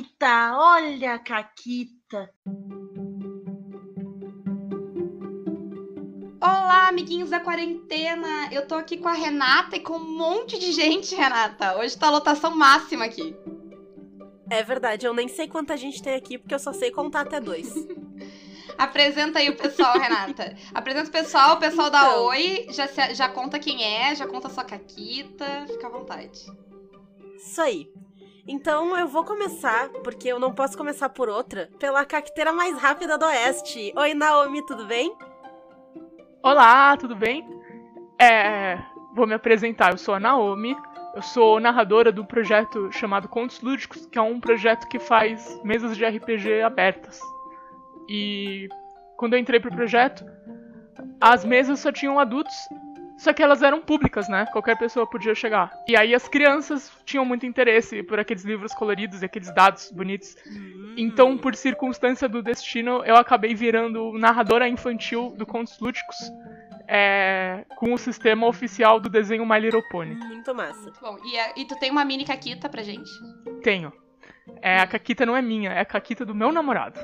Caquita, olha a Caquita. Olá, amiguinhos da quarentena! Eu tô aqui com a Renata e com um monte de gente, Renata. Hoje tá a lotação máxima aqui. É verdade, eu nem sei quanta gente tem aqui, porque eu só sei contar até 2. Apresenta aí o pessoal, Renata. Apresenta o pessoal dá oi, já conta quem é, já conta a sua caquita, fica à vontade. Isso aí. Então eu vou começar, porque eu não posso começar por outra, pela caqueteira mais rápida do Oeste. Oi, Naomi, tudo bem? Olá, tudo bem? Vou me apresentar, eu sou a Naomi, eu sou narradora do projeto chamado Contos Lúdicos, que é um projeto que faz mesas de RPG abertas. E quando eu entrei pro projeto, as mesas só tinham adultos, só que elas eram públicas, né? Qualquer pessoa podia chegar. E aí as crianças tinham muito interesse por aqueles livros coloridos e aqueles dados bonitos. Então, por circunstância do destino, eu acabei virando narradora infantil do Contos Lúdicos, com o sistema oficial do desenho My Little Pony. Muito massa. Muito bom. E tu tem uma mini caquita pra gente? Tenho. A caquita não é minha, é a caquita do meu namorado.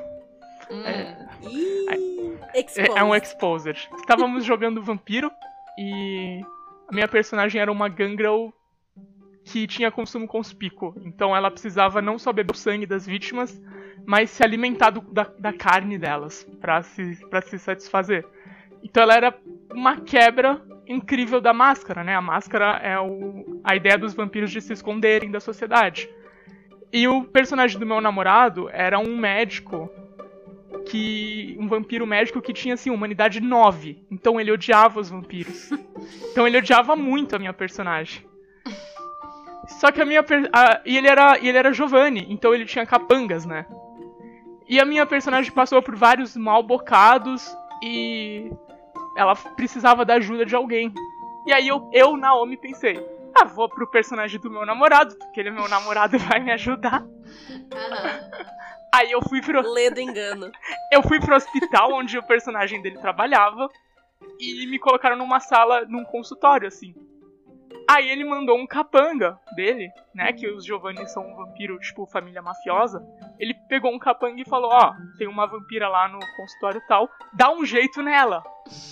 É um exposer. Estávamos jogando vampiro e a minha personagem era uma gangrel que tinha consumo conspícuo. Então ela precisava não só beber o sangue das vítimas, mas se alimentar da carne delas pra se satisfazer. Então ela era uma quebra incrível da máscara, né? A máscara é a ideia dos vampiros de se esconderem da sociedade. E o personagem do meu namorado era um médico, um vampiro médico que tinha, assim, humanidade 9. Então ele odiava os vampiros. Então ele odiava muito a minha personagem. Só que e ele era Giovanni, então ele tinha capangas, né? E a minha personagem passou por vários mal bocados e ela precisava da ajuda de alguém. E aí eu Naomi, pensei, vou pro personagem do meu namorado, porque ele é meu namorado e vai me ajudar. Aí eu fui pro... Lê do engano. Eu fui pro hospital onde o personagem dele trabalhava e me colocaram numa sala, num consultório, assim. Aí ele mandou um capanga dele, né, que os Giovanni são um vampiro, tipo, família mafiosa. Ele pegou um capanga e falou, tem uma vampira lá no consultório tal, dá um jeito nela.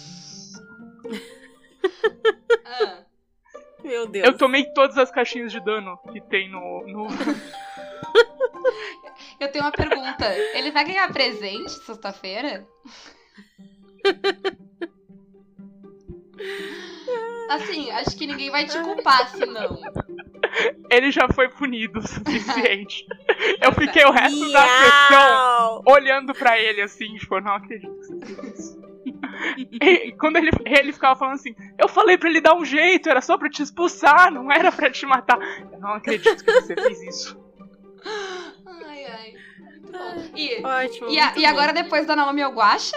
Meu Deus. Eu tomei todas as caixinhas de dano que tem no... Eu tenho uma pergunta. Ele vai ganhar presente sexta-feira? Assim, acho que ninguém vai te culpar, se não. Ele já foi punido o suficiente. Eu fiquei o resto da sessão olhando pra ele assim, tipo, eu não acredito que você fez isso. E quando ele ficava falando assim, eu falei pra ele dar um jeito, era só pra te expulsar, não era pra te matar. Eu não acredito que você fez isso. Ai. Muito bom. Ótimo. E agora, depois da Naomi, eu Guaxa?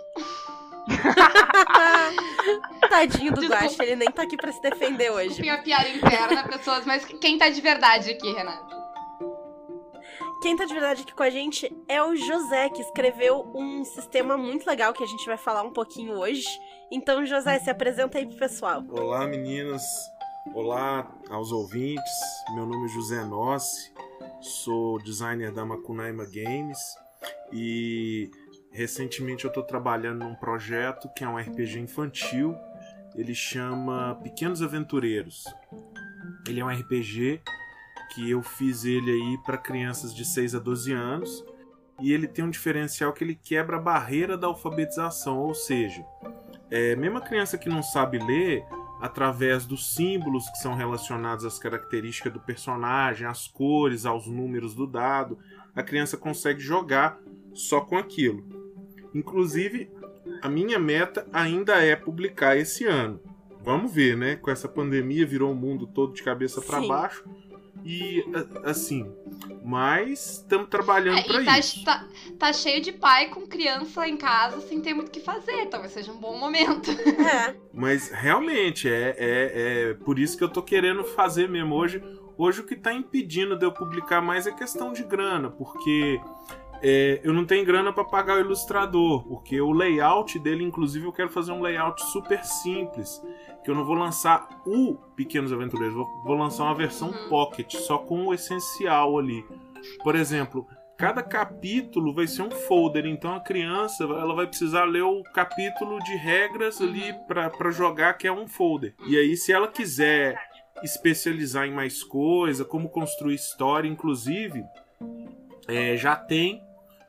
Tadinho do Guaxa, ele nem tá aqui pra se defender hoje. Tem a piada interna, pessoas, mas quem tá de verdade aqui, Renata? Quem tá de verdade aqui com a gente é o José, que escreveu um sistema muito legal que a gente vai falar um pouquinho hoje. Então, José, se apresenta aí pro pessoal. Olá, meninas. Olá aos ouvintes. Meu nome é José Nossi. Sou designer da Macunaíma Games. E recentemente eu estou trabalhando num projeto que é um RPG infantil. Ele chama Pequenos Aventureiros. Ele é um RPG que eu fiz ele aí para crianças de 6 a 12 anos. E ele tem um diferencial que ele quebra a barreira da alfabetização. Ou seja, mesmo a criança que não sabe ler, através dos símbolos que são relacionados às características do personagem, às cores, aos números do dado, a criança consegue jogar só com aquilo. Inclusive, a minha meta ainda é publicar esse ano. Vamos ver, né? Com essa pandemia virou o mundo todo de cabeça para baixo. E, assim, mas estamos trabalhando para isso. Tá cheio de pai com criança em casa sem ter muito o que fazer. Talvez seja um bom momento. Mas, realmente, é por isso que eu tô querendo fazer mesmo hoje. Hoje o que tá impedindo de eu publicar mais é questão de grana, porque eu não tenho grana para pagar o ilustrador, porque o layout dele, inclusive, eu quero fazer um layout super simples, que eu não vou lançar o Pequenos Aventureiros, vou lançar uma versão pocket, só com o essencial ali. Por exemplo, cada capítulo vai ser um folder, então a criança ela vai precisar ler o capítulo de regras ali pra jogar, que é um folder. E aí, se ela quiser especializar em mais coisa, como construir história, inclusive, já tem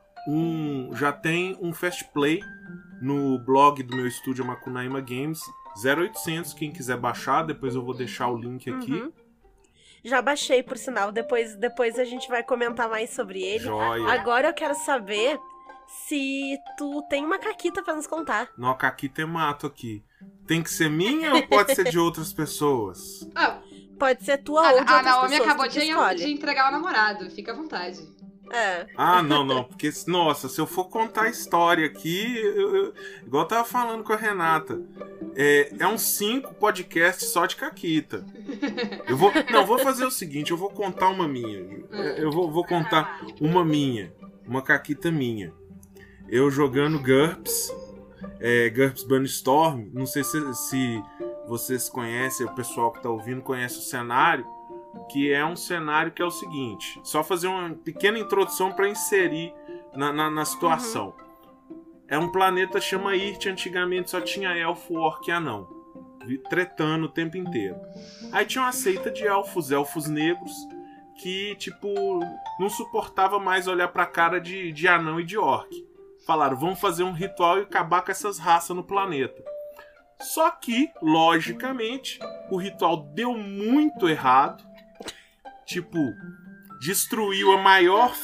um Fast Play no blog do meu estúdio Macunaíma Games, 0800, quem quiser baixar, depois eu vou deixar o link aqui. Já baixei, por sinal, depois a gente vai comentar mais sobre ele. Joia. Agora eu quero saber se tu tem uma caquita pra nos contar. Não, a caquita é mato aqui. Tem que ser minha ou pode ser de outras pessoas? Pode ser tua ou de outras A Naomi pessoas, acabou tu que escolhe. de entregar o namorado, fica à vontade. Ah, não, porque, nossa, se eu for contar a história aqui, igual eu tava falando com a Renata, é uns 5 podcasts só de caquita. Vou fazer o seguinte, eu vou contar uma minha. Eu vou contar uma caquita minha. Eu jogando GURPS Bunstorm, não sei se vocês conhecem, o pessoal que tá ouvindo conhece o cenário, que é um cenário que é o seguinte, só fazer uma pequena introdução para inserir na situação. É um planeta chama Irt, antigamente só tinha elfo, orc e anão, tretando o tempo inteiro. Aí tinha uma seita de elfos negros, que tipo não suportava mais olhar pra cara de anão e de orc. Falaram, vamos fazer um ritual e acabar com essas raças no planeta. Só que, logicamente, o ritual deu muito errado. Tipo, destruiu a maior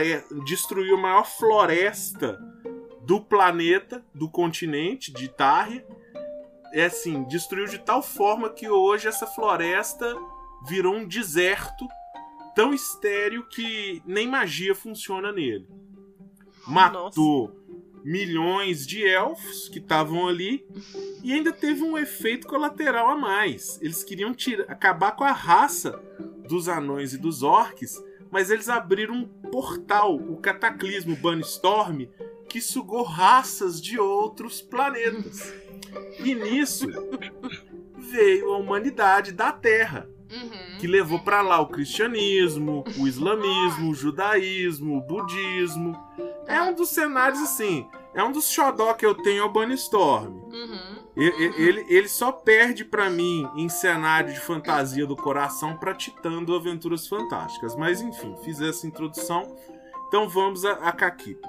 floresta do planeta, do continente, de Tarria. Destruiu de tal forma que hoje essa floresta virou um deserto tão estéril que nem magia funciona nele. Matou milhões de elfos que estavam ali e ainda teve um efeito colateral a mais. Eles queriam acabar com a raça dos anões e dos orcs, mas eles abriram um portal, o Cataclismo Bunstorm, que sugou raças de outros planetas. E nisso veio a humanidade da Terra, que levou pra lá o cristianismo, o islamismo, o judaísmo, o budismo. É um dos cenários assim, é um dos xodó que eu tenho ao Bunstorm. Ele só perde pra mim em cenário de fantasia do coração pra Titã do Aventuras Fantásticas. Mas enfim, fiz essa introdução. Então vamos a caquita.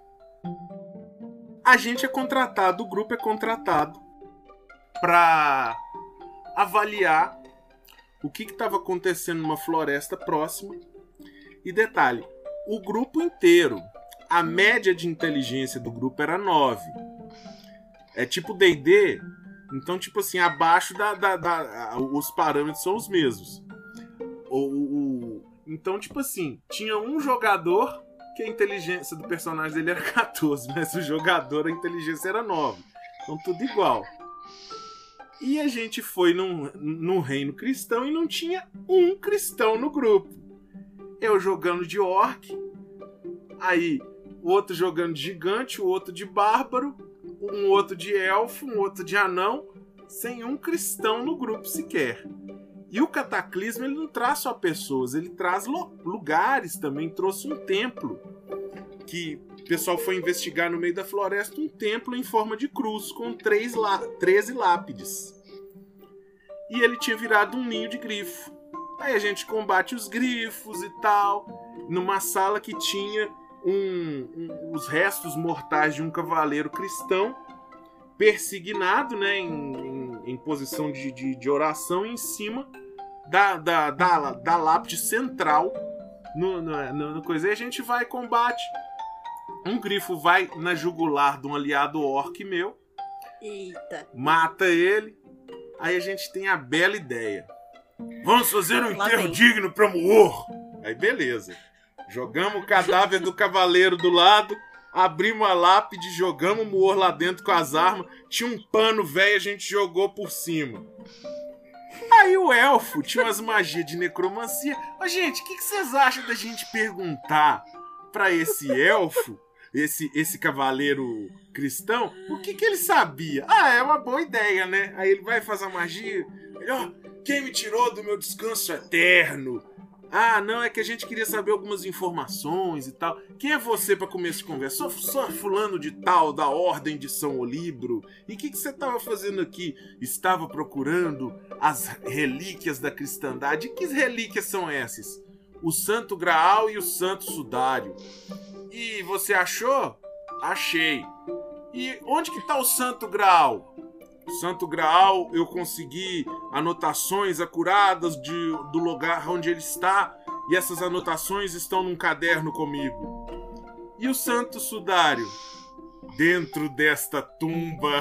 A gente é contratado, o grupo é contratado pra avaliar o que estava acontecendo numa floresta próxima. E detalhe, o grupo inteiro, a média de inteligência do grupo era 9. É tipo D&D, então tipo assim, abaixo os parâmetros são os mesmos. Então tipo assim, tinha um jogador que a inteligência do personagem dele era 14, mas o jogador a inteligência era 9. Então tudo igual. E a gente foi num reino cristão e não tinha um cristão no grupo. Eu jogando de orc, aí o outro jogando de gigante, o outro de bárbaro, um outro de elfo, um outro de anão, sem um cristão no grupo sequer. E o Cataclismo ele não traz só pessoas, ele traz lugares também. Trouxe um templo que o pessoal foi investigar no meio da floresta, um templo em forma de cruz com 13 lápides. E ele tinha virado um ninho de grifo. Aí a gente combate os grifos e tal, numa sala que tinha os restos mortais de um cavaleiro cristão persignado, né, em posição de oração em cima da lápide central no coisa. E a gente vai e combate. Um grifo vai na jugular de um aliado orc meu. Eita. Mata ele. Aí a gente tem a bela ideia. Vamos fazer um enterro digno pra Muor. Aí beleza. Jogamos o cadáver do cavaleiro do lado, abrimos a lápide, jogamos o Muor lá dentro com as armas. Tinha um pano velho, a gente jogou por cima. Aí o elfo tinha umas magias de necromancia. Mas, gente, o que vocês acham da gente perguntar pra esse elfo, esse cavaleiro cristão, o que ele sabia? Ah, é uma boa ideia, né? Aí ele vai fazer a magia. Ele, quem me tirou do meu descanso eterno? Ah, não, é que a gente queria saber algumas informações e tal. Quem é você para começo de conversa? Sou fulano de tal, da Ordem de São Olibro. E o que você estava fazendo aqui? Estava procurando as relíquias da cristandade. E que relíquias são essas? O Santo Graal e o Santo Sudário. E você achou? Achei. E onde que tá o Santo Graal? O Santo Graal, eu consegui anotações acuradas do lugar onde ele está, e essas anotações estão num caderno comigo. E o Santo Sudário? Dentro desta tumba.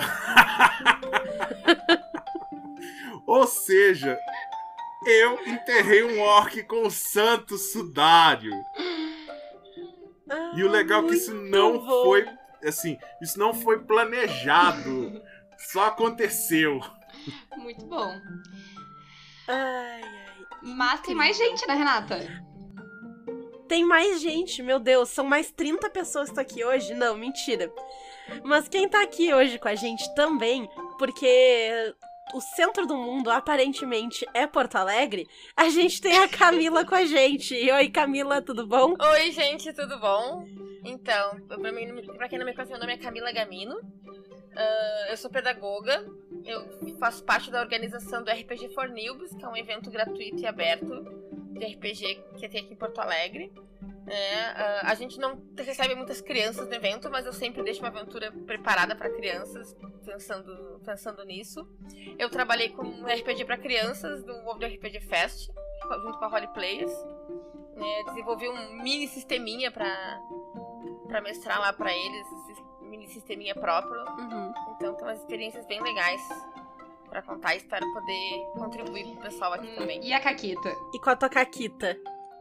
Ou seja, eu enterrei um orc com o Santo Sudário. E o legal é que isso não foi, assim, isso não foi planejado. Só aconteceu. Muito bom. Ai. Mas tem mais gente, né, Renata? Tem mais gente, meu Deus, são mais 30 pessoas que estão aqui hoje? Não, mentira. Mas quem tá aqui hoje com a gente também, porque o centro do mundo aparentemente é Porto Alegre, a gente tem a Camila com a gente. Oi, Camila, tudo bom? Oi, gente, tudo bom? Então, pra quem não me conhece, meu nome é Camila Gamino. Eu sou pedagoga, eu faço parte da organização do RPG for Noobs, que é um evento gratuito e aberto de RPG que tem aqui em Porto Alegre. A gente não recebe muitas crianças no evento, mas eu sempre deixo uma aventura preparada para crianças, pensando nisso. Eu trabalhei com um RPG para crianças do World RPG Fest, junto com a Role Players. Desenvolvi um mini sisteminha para mestrar lá para eles, mini sisteminha próprio. Então tem umas experiências bem legais pra contar e espero poder contribuir com o pessoal aqui também. E a Caquita? E com a tua Caquita?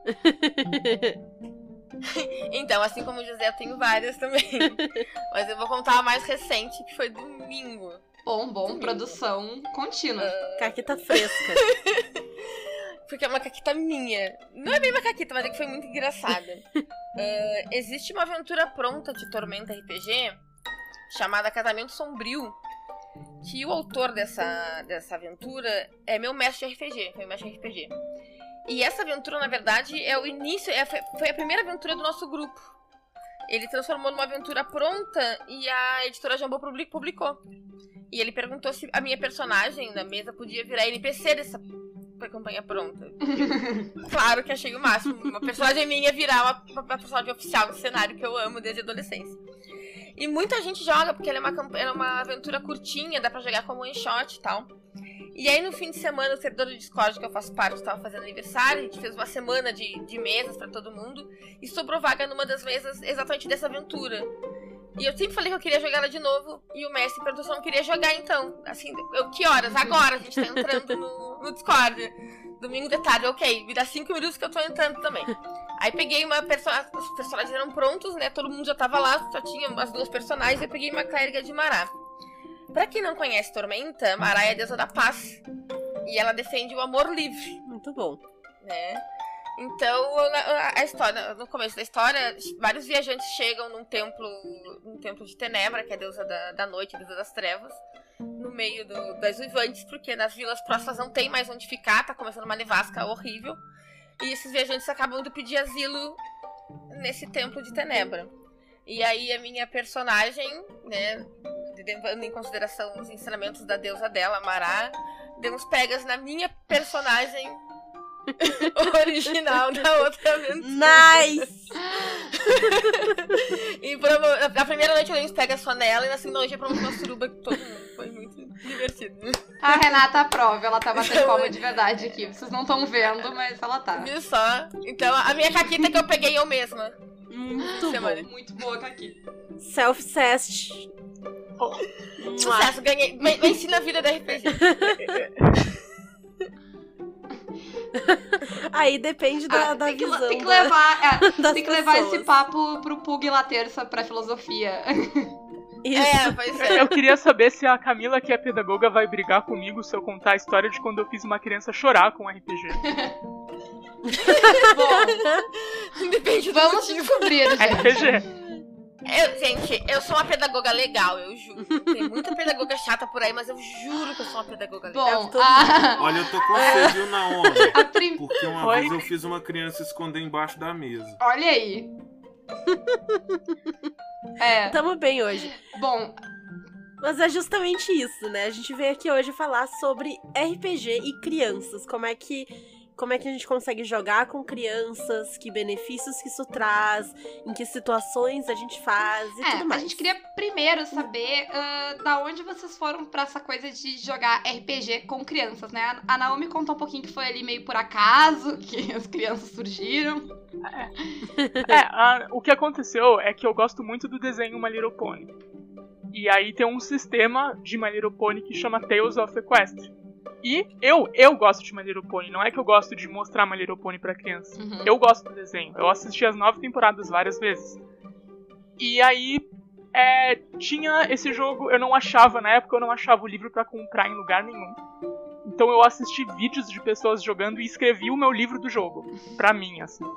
Então, assim como o José, eu tenho várias também. Mas eu vou contar a mais recente, que foi domingo. Bom, produção contínua. Caquita fresca. Porque é uma caquita minha. Não é bem uma caquita, mas é que foi muito engraçada. Existe uma aventura pronta de Tormenta RPG chamada Casamento Sombrio, que o autor dessa aventura é meu mestre de RPG, foi meu mestre de RPG. E essa aventura, na verdade, é o início, foi a primeira aventura do nosso grupo. Ele transformou numa aventura pronta e a editora Jambô publicou. E ele perguntou se a minha personagem na mesa podia virar NPC dessa campanha pronta. Claro que achei o máximo. Uma personagem minha virar uma personagem oficial do cenário que eu amo desde a adolescência. E muita gente joga, porque ela é uma aventura curtinha, dá pra jogar como one shot e tal. E aí no fim de semana o servidor do Discord que eu faço parte tava fazendo aniversário, a gente fez uma semana de mesas pra todo mundo e sobrou vaga numa das mesas exatamente dessa aventura. E eu sempre falei que eu queria jogar ela de novo e o mestre perguntou se eu não queria jogar então. Assim, que horas? Agora, a gente tá entrando no Discord. Domingo de tarde, ok, me dá 5 minutos que eu tô entrando também. Aí peguei os personagens eram prontos, né, todo mundo já tava lá, só tinha as duas personagens, eu peguei uma clériga de Mará. Pra quem não conhece Tormenta, Mará é a deusa da paz. E ela defende o amor livre. Muito bom. Né? Então, a história, no começo da história, vários viajantes chegam num templo de Tenebra, que é a deusa da noite, a deusa das trevas, no meio das uivantes, porque nas vilas próximas não tem mais onde ficar, tá começando uma nevasca horrível. E esses viajantes acabam de pedir asilo nesse templo de Tenebra. E aí a minha personagem, né, levando em consideração os ensinamentos da deusa dela, Mará, deu uns pegas na minha personagem original da outra aventura. Nice! E na primeira noite eu dei uns pegas só nela, e na segunda noite eu prometi uma suruba com todo mundo. Foi muito divertido. A Renata aprova, ela tá batendo palma de verdade aqui. Vocês não estão vendo, mas ela tá. Viu só? Então a minha caquita que eu peguei eu mesma. Muito bom. Muito boa, Caquita. Self-cessed. Sucesso, ganhei. Venci na vida da RPG. Aí depende da visão. Tem que levar, das tem que levar pessoas. esse papo pro Pug lá terça pra filosofia. Isso. Pois é. Eu queria saber se a Camila, que é pedagoga, vai brigar comigo se eu contar a história de quando eu fiz uma criança chorar com RPG. Bom, Depende do vamos motivo. descobrir, gente. RPG. Gente, eu sou uma pedagoga legal, eu juro. Tem muita pedagoga chata por aí, mas eu juro que eu sou uma pedagoga legal. Bom, Olha, eu tô com você, viu, Naomi? Porque uma Oi? vez eu fiz uma criança esconder embaixo da mesa. olha aí. Tamo bem hoje. Bom, Mas é justamente isso, né? A gente veio aqui hoje falar sobre RPG e crianças. Como é que a gente consegue jogar com crianças, que benefícios que isso traz, em que situações a gente faz e tudo a mais. gente queria primeiro saber da onde vocês foram pra essa coisa de jogar RPG com crianças, né? A Naomi contou um pouquinho que foi ali meio por acaso, que as crianças surgiram. O que aconteceu é que eu gosto muito do desenho My Little Pony. E aí tem um sistema de My Little Pony que chama Tales of Equestria. E eu gosto de My Little Pony, não é que eu gosto de mostrar My Little Pony pra criança. Uhum. Eu gosto do desenho, eu assisti as 9 temporadas várias vezes. E aí tinha esse jogo, na época eu não achava o livro pra comprar em lugar nenhum. Então eu assisti vídeos de pessoas jogando e escrevi o meu livro do jogo, pra mim, assim.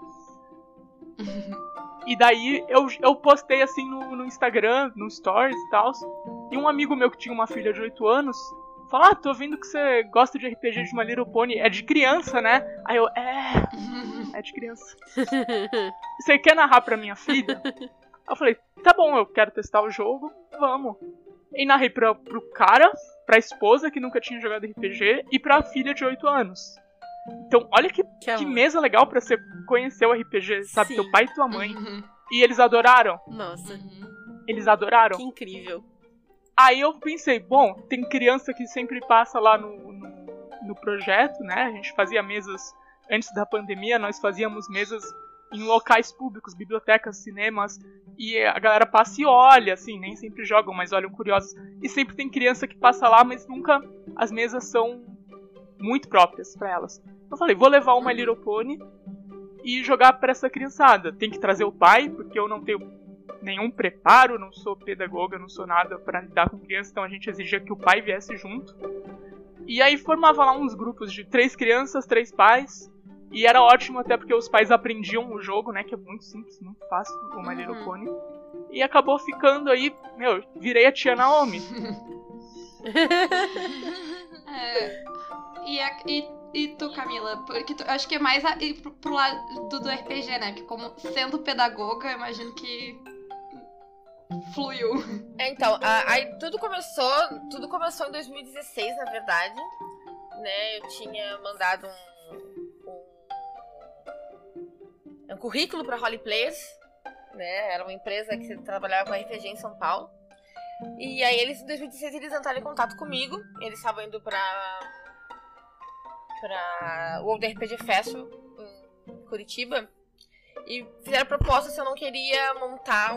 E daí eu postei assim no Instagram, no Stories e tal. E um amigo meu que tinha uma filha de 8 anos falou: tô vendo que você gosta de RPG de My Little Pony. É de criança, né? Aí eu, é de criança. Você quer narrar pra minha filha? Eu falei, tá bom, eu quero testar o jogo, vamos. E narrei pro cara, pra esposa que nunca tinha jogado RPG e pra filha de 8 anos. Então, olha que mesa legal pra você conhecer o RPG, sabe? Sim. Teu pai e tua mãe. Uhum. E eles adoraram. Nossa, Eles adoraram. que incrível. Aí eu pensei, bom, tem criança que sempre passa lá no projeto, né? A gente fazia mesas, antes da pandemia, nós fazíamos mesas em locais públicos, bibliotecas, cinemas, e a galera passa e olha, assim, nem sempre jogam, mas olham curiosos. E sempre tem criança que passa lá, mas nunca as mesas são muito próprias pra elas. Eu falei, vou levar uma My Little Pony e jogar pra essa criançada. Tem que trazer o pai, porque eu não tenho nenhum preparo, não sou pedagoga, não sou nada pra lidar com criança, então a gente exigia que o pai viesse junto. E aí formava lá uns grupos de 3 crianças, 3 pais, e era ótimo até porque os pais aprendiam o jogo, né, que é muito simples, muito fácil, o My Little Pony. E acabou ficando aí, virei a tia Naomi. E tu, Camila? Porque acho que é mais pro lado do RPG, né? Que como sendo pedagoga, eu imagino que fluiu. Então, aí tudo começou em 2016, na verdade. Né? Eu tinha mandado um currículo pra Holly Players, né? Era uma empresa que trabalhava com RPG em São Paulo. E aí eles, em 2016, eles entraram em contato comigo. Eles estavam indo pra o World RPG Festival em Curitiba e fizeram proposta se eu não queria montar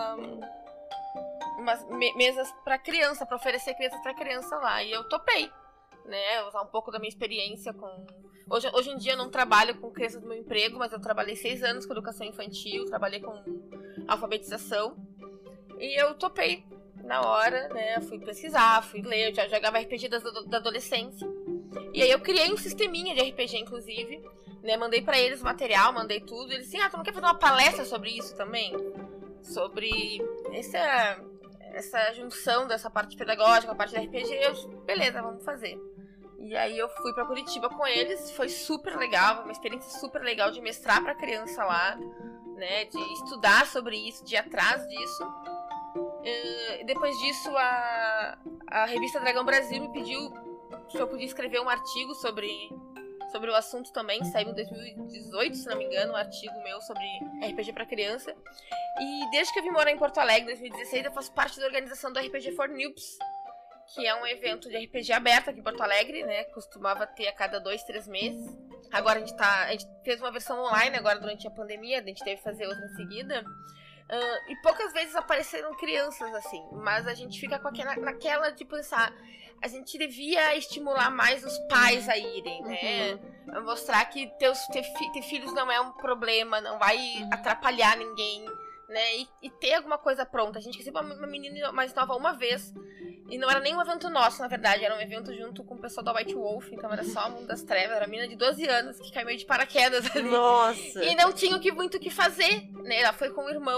umas mesas pra criança, pra oferecer mesas pra criança lá, e eu topei, né, usar um pouco da minha experiência com... Hoje em dia eu não trabalho com crianças do meu emprego, mas eu trabalhei 6 anos com educação infantil, trabalhei com alfabetização, e eu topei na hora, né, fui pesquisar, fui ler, eu já jogava RPG da adolescência. E aí eu criei um sisteminha de RPG, inclusive, né, mandei pra eles o material, mandei tudo, e eles assim, tu não quer fazer uma palestra sobre isso também? Sobre essa junção dessa parte pedagógica com a parte da RPG, beleza, vamos fazer. E aí eu fui pra Curitiba com eles, foi super legal, uma experiência super legal de mestrar pra criança lá, né, de estudar sobre isso, de ir atrás disso. E depois disso, a revista Dragão Brasil me pediu se eu podia escrever um artigo sobre o assunto também. Saiu em 2018, se não me engano, um artigo meu sobre RPG pra criança. E desde que eu vim morar em Porto Alegre, em 2016, eu faço parte da organização do RPG for Noobs, que é um evento de RPG aberto aqui em Porto Alegre, né? Costumava ter a cada 2, 3 meses. Agora a gente fez uma versão online agora durante a pandemia, a gente teve que fazer outra em seguida. E poucas vezes apareceram crianças, assim, mas a gente fica naquela de pensar, a gente devia estimular mais os pais a irem, né? Mostrar que ter filhos não é um problema, não vai atrapalhar ninguém, né? E ter alguma coisa pronta. A gente recebeu uma menina mais nova uma vez, e não era nem um evento nosso, na verdade, era um evento junto com o pessoal da White Wolf, então era só o Mundo das Trevas, era uma menina de 12 anos que caiu meio de paraquedas ali. Nossa! E não tinha muito o que fazer, né? Ela foi com o irmão,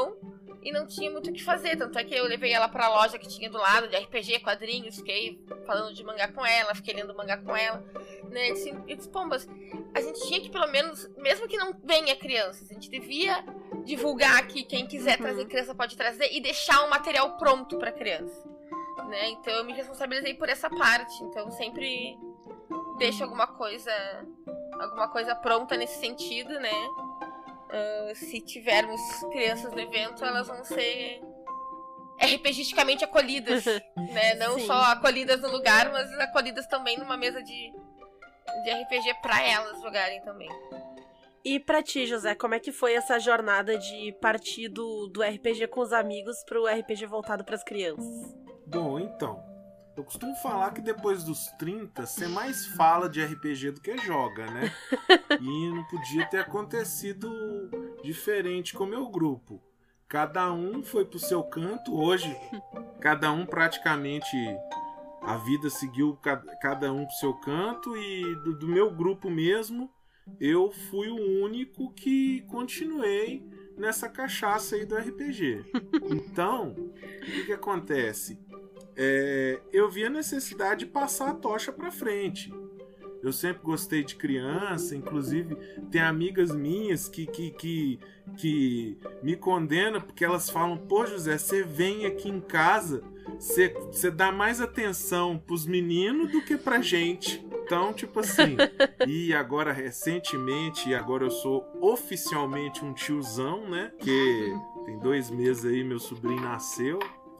e não tinha muito o que fazer. Tanto é que eu levei ela pra loja que tinha do lado, de RPG, quadrinhos, fiquei falando de mangá com ela, fiquei lendo mangá com ela, né? Eu disse, pombas, a gente tinha que pelo menos, mesmo que não venha crianças, a gente devia divulgar que quem quiser trazer criança pode trazer e deixar um material pronto pra criança, né? Então eu me responsabilizei por essa parte, então sempre deixo alguma coisa pronta nesse sentido, né? Se tivermos crianças no evento, elas vão ser RPGisticamente acolhidas, né? Não Sim. só acolhidas no lugar, mas acolhidas também numa mesa de RPG pra elas jogarem também. E pra ti, José, como é que foi essa jornada de partir do RPG com os amigos pro RPG voltado pras crianças? Bom, então, eu costumo falar que depois dos 30, você mais fala de RPG do que joga, né? E não podia ter acontecido diferente com o meu grupo. Cada um foi pro seu canto. Hoje, cada um praticamente... A vida seguiu cada um pro seu canto. E do meu grupo mesmo, eu fui o único que continuei nessa cachaça aí do RPG. Então, o que acontece? Eu vi a necessidade de passar a tocha pra frente. Eu sempre gostei de criança, inclusive tem amigas minhas que me condenam porque elas falam: pô, José, você vem aqui em casa, você dá mais atenção pros meninos do que pra gente. Então, tipo assim, e agora recentemente, agora eu sou oficialmente um tiozão, né? Que tem 2 meses aí meu sobrinho nasceu.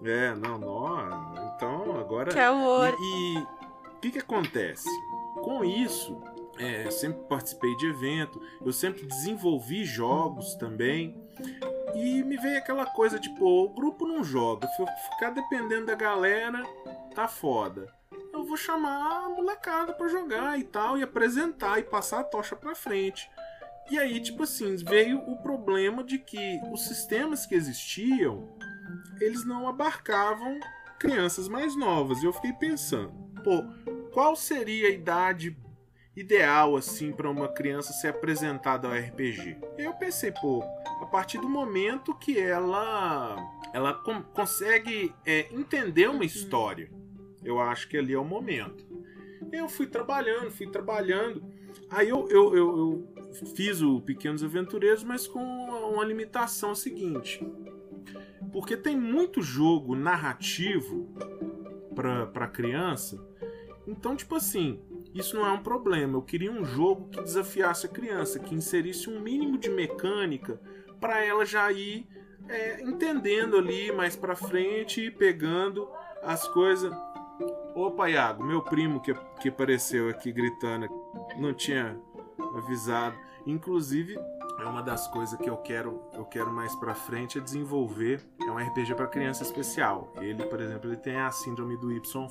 Então agora... Que amor! E o que acontece? Com isso, eu sempre participei de evento, eu sempre desenvolvi jogos também, e me veio aquela coisa de, pô, o grupo não joga, ficar dependendo da galera, tá foda. Eu vou chamar a molecada pra jogar e tal, e apresentar e passar a tocha pra frente. E aí, tipo assim, veio o problema de que os sistemas que existiam, eles não abarcavam crianças mais novas. E eu fiquei pensando, pô, qual seria a idade ideal, assim, para uma criança ser apresentada ao RPG? E eu pensei, pô, a partir do momento que ela consegue entender uma história, eu acho que ali é o momento. Eu fui trabalhando. Aí eu fiz o Pequenos Aventureiros, mas com uma limitação seguinte. Porque tem muito jogo narrativo para criança. Então, tipo assim, isso não é um problema. Eu queria um jogo que desafiasse a criança, que inserisse um mínimo de mecânica para ela já ir entendendo ali mais pra frente e pegando as coisas. Opa, Iago, meu primo que apareceu aqui gritando, não tinha avisado. Inclusive, é uma das coisas que eu quero mais pra frente é desenvolver um RPG para criança especial. Ele, por exemplo, ele tem a síndrome do Y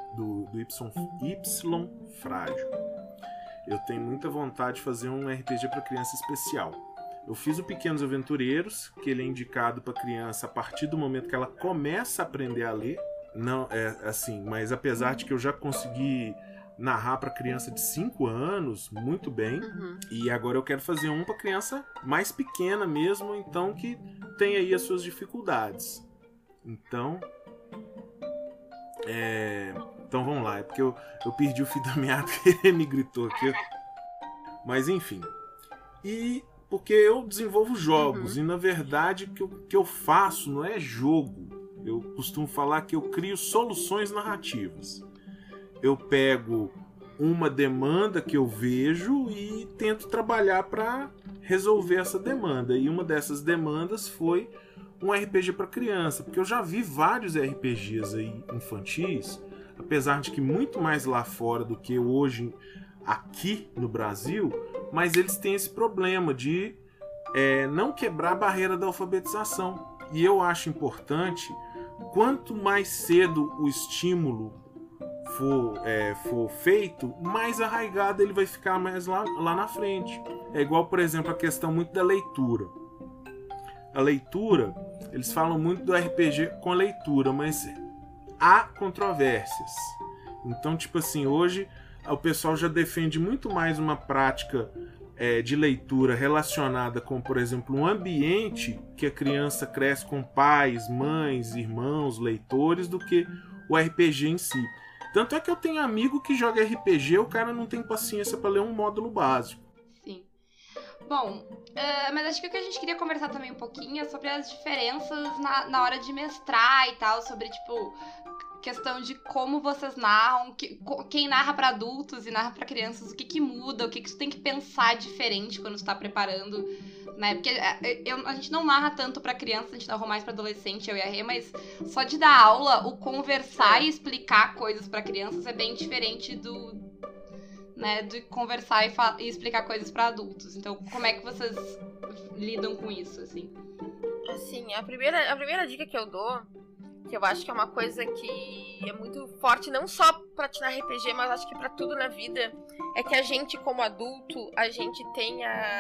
frágil. Eu tenho muita vontade de fazer um RPG para criança especial. Eu fiz o Pequenos Aventureiros, que ele é indicado para criança a partir do momento que ela começa a aprender a ler. Não é assim, mas apesar de que eu já consegui narrar para criança de 5 anos muito bem, e agora eu quero fazer um para criança mais pequena mesmo, então que tem aí as suas dificuldades. Então vamos lá, é porque eu perdi o fio da meada que ele me gritou aqui. Mas enfim, e porque eu desenvolvo jogos, e na verdade o que eu faço não é jogo. Eu costumo falar que eu crio soluções narrativas. Eu pego uma demanda que eu vejo e tento trabalhar para resolver essa demanda. E uma dessas demandas foi um RPG para criança, porque eu já vi vários RPGs aí infantis, apesar de que muito mais lá fora do que hoje aqui no Brasil, mas eles têm esse problema de não quebrar a barreira da alfabetização. E eu acho importante, quanto mais cedo o estímulo for feito, mais arraigado ele vai ficar mais lá na frente. É igual, por exemplo, a questão muito da leitura. A leitura, eles falam muito do RPG com a leitura, mas há controvérsias. Então, tipo assim, hoje o pessoal já defende muito mais uma prática de leitura relacionada com, por exemplo, um ambiente que a criança cresce com pais, mães, irmãos, leitores, do que o RPG em si. Tanto é que eu tenho amigo que joga RPG, o cara não tem paciência para ler um módulo básico. Sim. Bom, mas acho que o que a gente queria conversar também um pouquinho é sobre as diferenças na hora de mestrar e tal, sobre, tipo, questão de como vocês narram, quem narra pra adultos e narra pra crianças, o que muda, o que tu tem que pensar diferente quando tu tá preparando, né? Porque a gente não narra tanto pra criança, a gente narrou mais pra adolescente, eu e a Rê, mas só de dar aula, o conversar e explicar coisas pra crianças é bem diferente de conversar e explicar coisas pra adultos. Então, como é que vocês lidam com isso, assim? Assim, a primeira dica que eu dou, que eu acho que é uma coisa que é muito forte, não só pra te narrar RPG, mas acho que pra tudo na vida, é que a gente, como adulto, a gente tem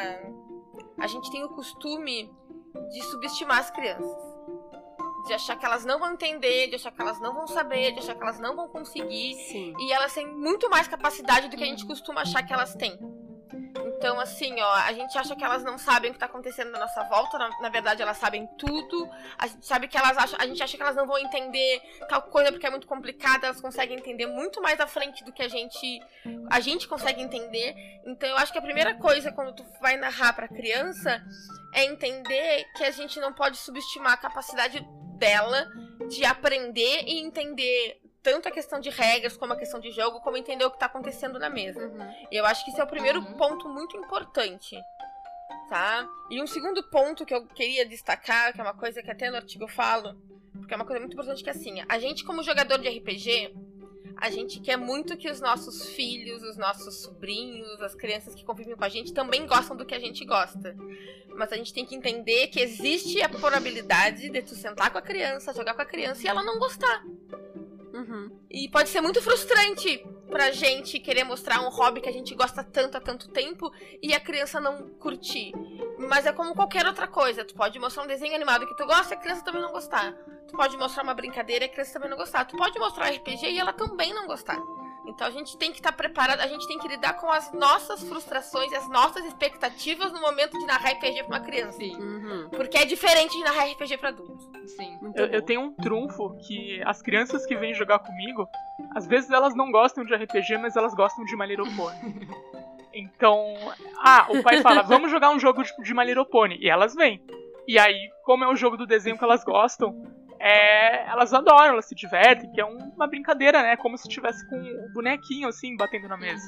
o costume de subestimar as crianças. De achar que elas não vão entender, de achar que elas não vão saber, de achar que elas não vão conseguir. Sim. E elas têm muito mais capacidade do que a gente costuma achar que elas têm. Então, assim, ó, a gente acha que elas não sabem o que tá acontecendo na nossa volta. Na verdade, elas sabem tudo. A gente sabe que a gente acha que elas não vão entender tal coisa porque é muito complicada. Elas conseguem entender muito mais à frente do que a gente consegue entender. Então, eu acho que a primeira coisa quando tu vai narrar pra criança é entender que a gente não pode subestimar a capacidade dela de aprender e entender tanto a questão de regras, como a questão de jogo, como entender o que tá acontecendo na mesa. E eu acho que esse é o primeiro ponto muito importante, tá? E um segundo ponto que eu queria destacar, que é uma coisa que até no artigo eu falo, porque é uma coisa muito importante, que é assim, a gente como jogador de RPG, a gente quer muito que os nossos filhos, os nossos sobrinhos, as crianças que convivem com a gente também gostam do que a gente gosta. Mas a gente tem que entender que existe a probabilidade de tu sentar com a criança, jogar com a criança e ela não gostar. E pode ser muito frustrante pra gente querer mostrar um hobby que a gente gosta tanto há tanto tempo e a criança não curtir. Mas é como qualquer outra coisa. Tu pode mostrar um desenho animado que tu gosta e a criança também não gostar. Tu pode mostrar uma brincadeira e a criança também não gostar. Tu pode mostrar um RPG e ela também não gostar. Então a gente tem que estar preparado, a gente tem que lidar com as nossas frustrações e as nossas expectativas no momento de narrar RPG pra uma criança. Sim. Porque é diferente de narrar RPG pra adultos. Sim. Eu tenho um trunfo que as crianças que vêm jogar comigo, às vezes elas não gostam de RPG, mas elas gostam de My Little Pony. Então, o pai fala, vamos jogar um jogo de My Little Pony. E elas vêm. E aí, como é o jogo do desenho que elas gostam, elas adoram, elas se divertem, que é uma brincadeira, né? Como se estivesse com o bonequinho, assim, batendo na mesa.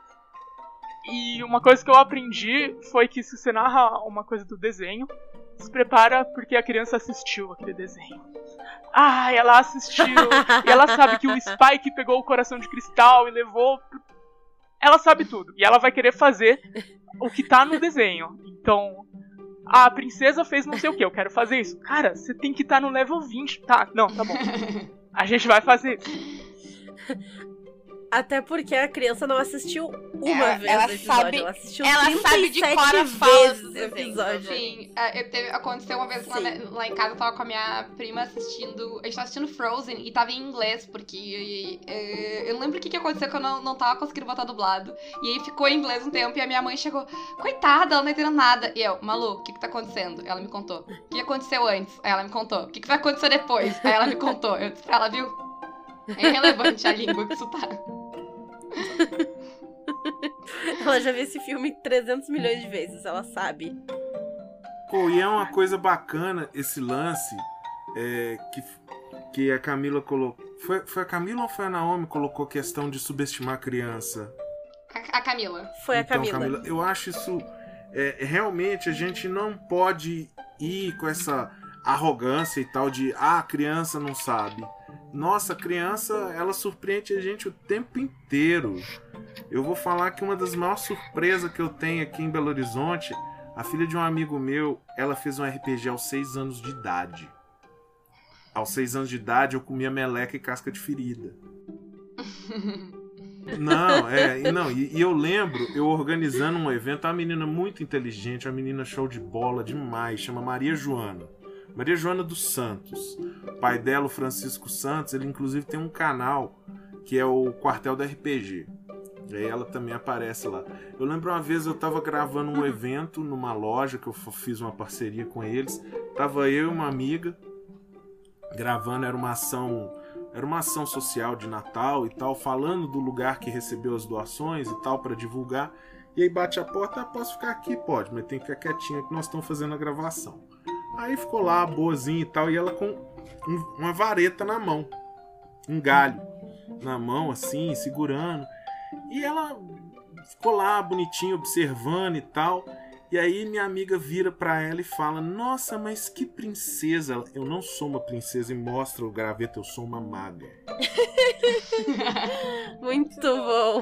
E uma coisa que eu aprendi foi que se você narra uma coisa do desenho, se prepara porque a criança assistiu aquele desenho. Ela assistiu, e ela sabe que o Spike pegou o coração de cristal e levou... Ela sabe tudo, e ela vai querer fazer o que tá no desenho. Então... a princesa fez não sei o que, eu quero fazer isso. Cara, você tem que estar no level 20. Tá bom. A gente vai fazer isso. Até porque a criança não assistiu uma vez o episódio. Ela assistiu ela 37 sabe de cor as falas vezes o episódio. Sim, aconteceu uma vez lá em casa, eu tava com a minha prima assistindo. A gente tava assistindo Frozen e tava em inglês, porque eu não lembro o que aconteceu, que eu não tava conseguindo botar dublado. E aí ficou em inglês um tempo e a minha mãe chegou, coitada, ela não entendeu nada. E eu, Malu, o que tá acontecendo? Ela me contou. O que aconteceu antes? Aí ela me contou. O que vai acontecer depois? Aí ela me contou. Eu disse pra ela, viu? É irrelevante a língua que isso tá. Ela já viu esse filme 300 milhões de vezes, ela sabe. Pô, e é uma coisa bacana esse lance que a Camila colocou. Foi a Camila ou foi a Naomi que colocou a questão de subestimar a criança? A Camila. Foi a Então, Camila. Eu acho isso... realmente a gente não pode ir com essa arrogância e tal de a criança não sabe. Nossa, a criança, ela surpreende a gente o tempo inteiro. Eu vou falar que uma das maiores surpresas que eu tenho aqui em Belo Horizonte, a filha de um amigo meu, ela fez um RPG aos 6 anos de idade. Aos 6 anos de idade eu comia meleca e casca de ferida. E eu lembro, eu organizando um evento, uma menina muito inteligente, uma menina show de bola demais, chama Maria Joana dos Santos. O pai dela, o Francisco Santos, ele inclusive tem um canal que é o Quartel da RPG. E aí ela também aparece lá. Eu lembro uma vez eu tava gravando um evento numa loja que eu fiz uma parceria com eles. Tava eu e uma amiga gravando, era uma ação social de Natal e tal, falando do lugar que recebeu as doações e tal, para divulgar. E aí bate a porta, posso ficar aqui? Pode, mas tem que ficar quietinha que nós estamos fazendo a gravação. Aí ficou lá, boazinha e tal, e ela com uma vareta na mão, um galho na mão, assim, segurando. E ela ficou lá, bonitinha, observando e tal. E aí minha amiga vira pra ela e fala: nossa, mas que princesa. Eu não sou uma princesa, e mostra o graveto, eu sou uma maga. Muito bom.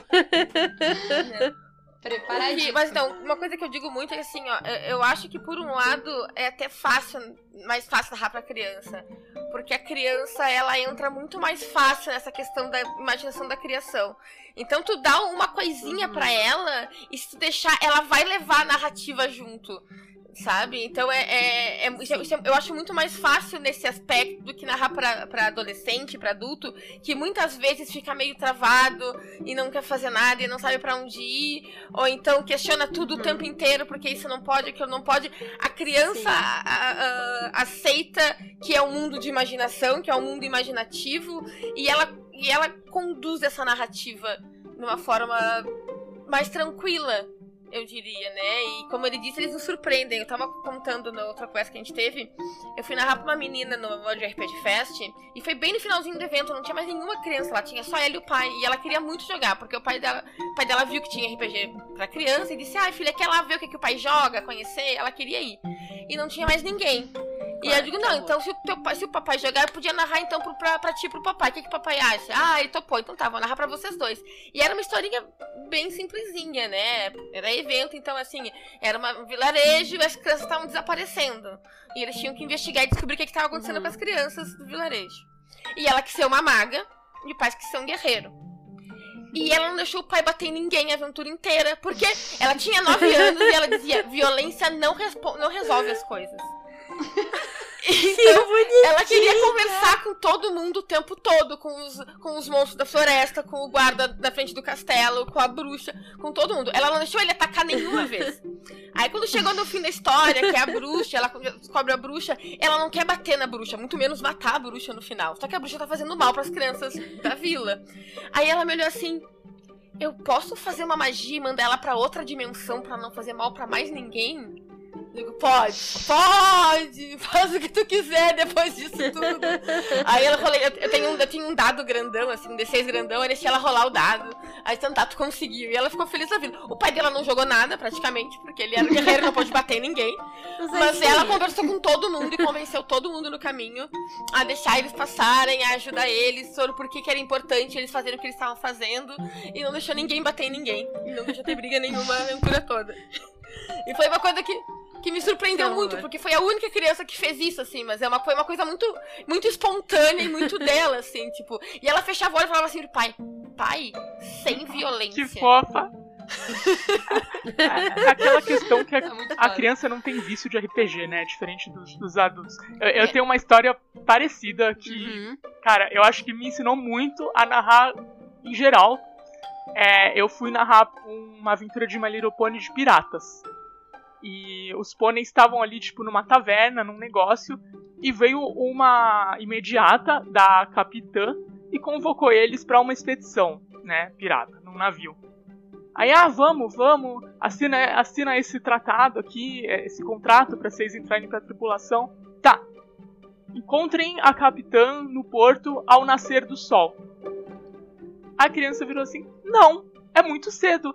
Preparadinho. Mas então, uma coisa que eu digo muito é assim, ó, eu acho que por um lado é até mais fácil narrar pra criança. Porque a criança, ela entra muito mais fácil nessa questão da imaginação da criação. Então tu dá uma coisinha pra ela, e se tu deixar, ela vai levar a narrativa junto, sabe? Então eu acho muito mais fácil nesse aspecto do que narrar pra adolescente, pra adulto, que muitas vezes fica meio travado e não quer fazer nada e não sabe pra onde ir, ou então questiona tudo o tempo inteiro, porque isso não pode, aquilo não pode. A criança aceita que é um mundo de imaginação, que é um mundo imaginativo, e ela conduz essa narrativa de uma forma mais tranquila, eu diria, né? E como ele disse, eles nos surpreendem. Eu tava contando na outra quest que a gente teve, eu fui narrar pra uma menina no World RPG Fest, e foi bem no finalzinho do evento, não tinha mais nenhuma criança lá, tinha só ela e o pai, e ela queria muito jogar, porque o pai dela viu que tinha RPG pra criança, e disse: ai, filha, quer lá ver o que o pai joga, conhecer? Ela queria ir. E não tinha mais ninguém. E eu digo: não, então se o papai jogar, eu podia narrar então pra ti e pro papai. O que o papai acha? Ah, ele topou, então tá, vou narrar pra vocês dois. E era uma historinha bem simplesinha, né? Era evento, então assim, era um vilarejo e as crianças estavam desaparecendo. E eles tinham que investigar e descobrir o que estava acontecendo com as crianças do vilarejo. E ela quis ser uma maga e o pai quis ser um guerreiro. E ela não deixou o pai bater em ninguém a aventura inteira, porque ela tinha 9 anos e ela dizia: violência não resolve as coisas. Então, ela queria conversar com todo mundo o tempo todo, com os monstros da floresta, com o guarda da frente do castelo, com a bruxa, com todo mundo. Ela não deixou ele atacar nenhuma vez. Aí quando chegou no fim da história, que é a bruxa, ela descobre a bruxa, ela não quer bater na bruxa, muito menos matar a bruxa no final. Só que a bruxa tá fazendo mal pras crianças da vila. Aí ela me olhou assim: eu posso fazer uma magia e mandar ela pra outra dimensão pra não fazer mal pra mais ninguém? Digo: pode, faz o que tu quiser depois disso tudo. Aí ela falou: eu tenho um dado grandão, assim, um D6 grandão, eu deixei ela rolar o dado. Aí então tá, tu conseguiu. E ela ficou feliz da vida. O pai dela não jogou nada, praticamente, porque ele era guerreiro e não pôde bater em ninguém. Mas ela conversou com todo mundo e convenceu todo mundo no caminho a deixar eles passarem, a ajudar eles sobre por que era importante eles fazerem o que eles estavam fazendo. E não deixou ninguém bater em ninguém. E não deixou ter briga nenhuma a aventura toda. E foi uma coisa que me surpreendeu muito, porque foi a única criança que fez isso, assim, mas foi uma coisa muito, muito espontânea e muito dela, assim, tipo. E ela fechava o olho e falava assim: pai, sem violência. Que fofa. Aquela questão que a criança não tem vício de RPG, né? Diferente dos adultos. Eu tenho uma história parecida que, cara, eu acho que me ensinou muito a narrar em geral. Eu fui narrar uma aventura de My Little Pony de piratas. E os pôneis estavam ali, tipo, numa taverna, num negócio. E veio uma imediata da capitã e convocou eles pra uma expedição, né, pirata, num navio. Aí, vamos, assina esse tratado aqui, esse contrato pra vocês entrarem pra tripulação. Tá. Encontrem a capitã no porto ao nascer do sol. A criança virou assim: não, é muito cedo.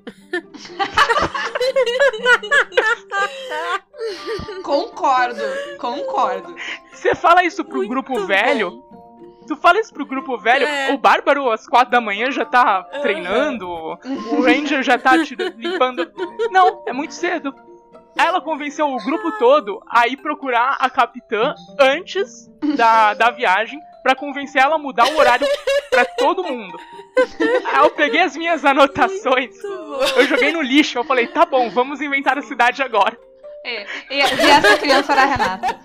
Concordo. Você fala isso pro Muito grupo bom. velho? Tu fala isso pro grupo velho? O Bárbaro às 4 da manhã já tá treinando, o Ranger já tá limpando. Não, é muito cedo. Ela convenceu o grupo todo a ir procurar a capitã antes da viagem, pra convencer ela a mudar o horário pra todo mundo. Aí eu peguei as minhas anotações, eu joguei no lixo, eu falei: tá bom, vamos inventar a cidade agora. E essa criança era a Renata.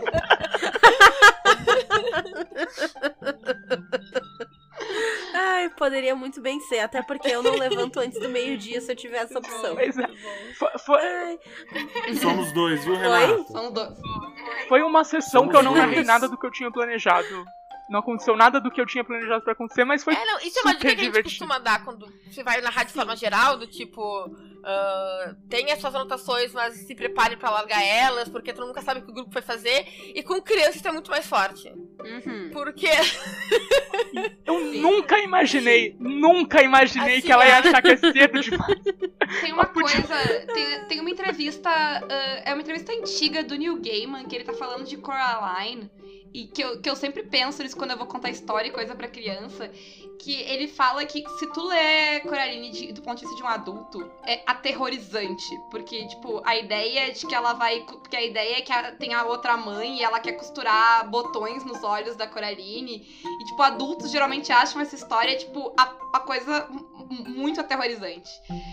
Ai, Poderia muito bem ser, até porque eu não levanto antes do meio-dia se eu tiver essa opção. Pois é. Ai, Somos dois, viu, Renato? São dois. Foi uma sessão que eu não Somos narrei dois. nada do que eu tinha planejado. Não aconteceu nada do que eu tinha planejado pra acontecer, mas foi Não, isso é uma dica super que a gente divertido. costuma dar quando você vai narrar de forma geral, do tipo, tem as suas anotações, mas se prepare pra largar elas, porque tu nunca sabe o que o grupo vai fazer. E com criança isso é muito mais forte. uhum. Porque Eu nunca imaginei Assim, que ela ia achar que é cedo demais. Tem uma coisa, tem uma entrevista, é uma entrevista antiga do Neil Gaiman, que ele tá falando de Coraline, e que eu sempre penso nisso quando eu vou contar história e coisa pra criança, que ele fala que se tu lê Coraline do ponto de vista de um adulto, é aterrorizante, porque, tipo, a ideia de que ela vai, porque a ideia é que tem a outra mãe e ela quer costurar botões nos olhos da Coraline, e, tipo, adultos geralmente acham essa história, tipo, a coisa muito aterrorizante.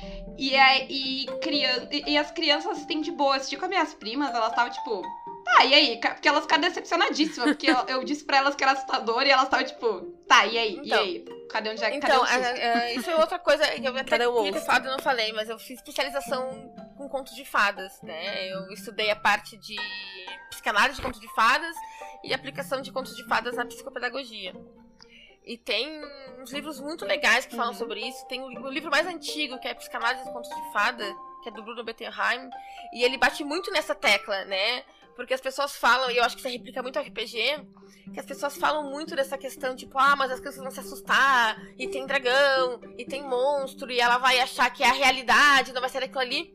E as crianças têm de boa. Eu assisti com as minhas primas, elas estavam tipo, tá, e aí? Porque elas ficaram decepcionadíssimas, porque eu disse pra elas que era assustador e elas estavam tipo, tá, e aí? Então, e aí? Cadê onde é que Então, cadê o susto? isso é outra coisa que eu até Cadê o queria ter osso? falado e não falei, mas eu fiz especialização com contos de fadas, né? Eu estudei a parte de psicanálise de contos de fadas e aplicação de contos de fadas na psicopedagogia. E tem uns livros muito legais que falam sobre isso. Tem o livro mais antigo, que é Psicanálise de Contos de Fada, que é do Bruno Bettelheim, e ele bate muito nessa tecla, né? Porque as pessoas falam, e eu acho que isso replica muito ao RPG, que as pessoas falam muito dessa questão, tipo, mas as crianças vão se assustar, e tem dragão, e tem monstro, e ela vai achar que é a realidade, não vai ser aquilo ali.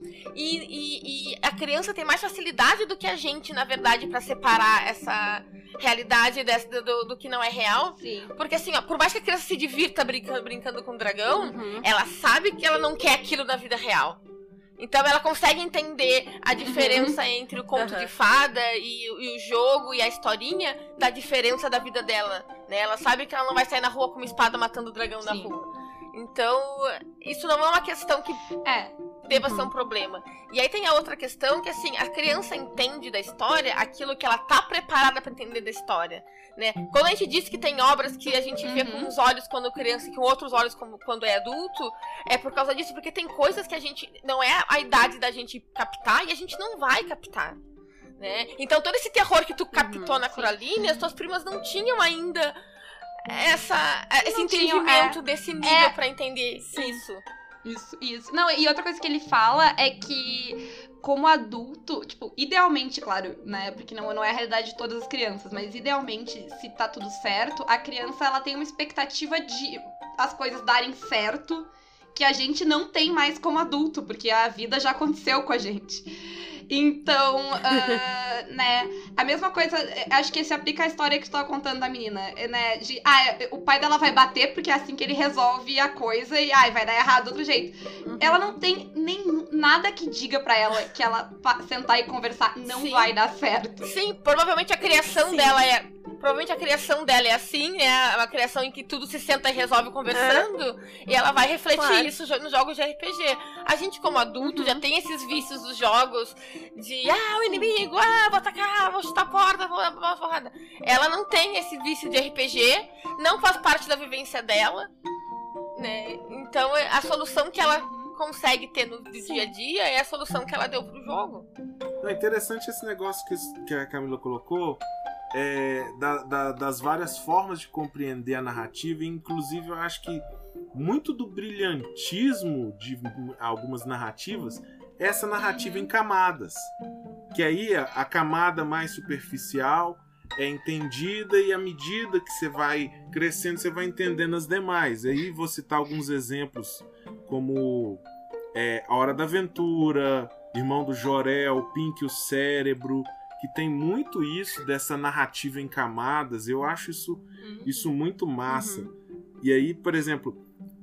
E a criança tem mais facilidade do que a gente, na verdade, pra separar essa realidade do que não é real. Sim. Porque assim, ó, por mais que a criança se divirta brincando com o dragão, Uhum. ela sabe que ela não quer aquilo na vida real. Então ela consegue entender a diferença entre o conto Uhum. de fada e o jogo e a historinha da diferença da vida dela, né? Ela sabe que ela não vai sair na rua com uma espada matando o dragão na Sim. rua. Então, isso não é uma questão que deva ser um problema. E aí tem a outra questão que, assim, a criança entende da história aquilo que ela tá preparada pra entender da história, né? Quando a gente diz que tem obras que a gente vê com uns olhos quando criança e com outros olhos quando é adulto, é por causa disso, porque tem coisas que a gente não é a idade da gente captar e a gente não vai captar, né? Então todo esse terror que tu captou na Coraline, as tuas primas não tinham ainda esse Não tinham, entendimento desse nível pra entender isso. Isso. Não, e outra coisa que ele fala é que, como adulto, tipo, idealmente, claro, né, porque não é a realidade de todas as crianças, mas idealmente, se tá tudo certo, a criança, ela tem uma expectativa de as coisas darem certo, que a gente não tem mais como adulto, porque a vida já aconteceu com a gente. Então, né, a mesma coisa, acho que se aplica à história que tu tava contando da menina, né, de, o pai dela vai bater porque é assim que ele resolve a coisa e, vai dar errado do outro jeito. Ela não tem nada que diga pra ela que ela sentar e conversar não Sim. vai dar certo. Sim, provavelmente a criação dela é assim, é uma criação em que tudo se senta e resolve conversando, e ela vai refletir isso nos jogos de RPG. A gente, como adulto, já tem esses vícios dos jogos de, o inimigo, vou atacar, vou chutar a porta, vou dar uma porrada. Ela não tem esse vício de RPG, não faz parte da vivência dela, né? Então, a solução que ela consegue ter no dia a dia é a solução que ela deu pro jogo. É interessante esse negócio que a Camila colocou, das várias formas de compreender a narrativa, e inclusive eu acho que muito do brilhantismo de algumas narrativas é essa narrativa em camadas, que aí a camada mais superficial é entendida e à medida que você vai crescendo você vai entendendo as demais. Aí vou citar alguns exemplos como A Hora da Aventura, Irmão do Jorel, Pink e o Cérebro, que tem muito isso dessa narrativa em camadas. Eu acho isso muito massa. E aí, por exemplo,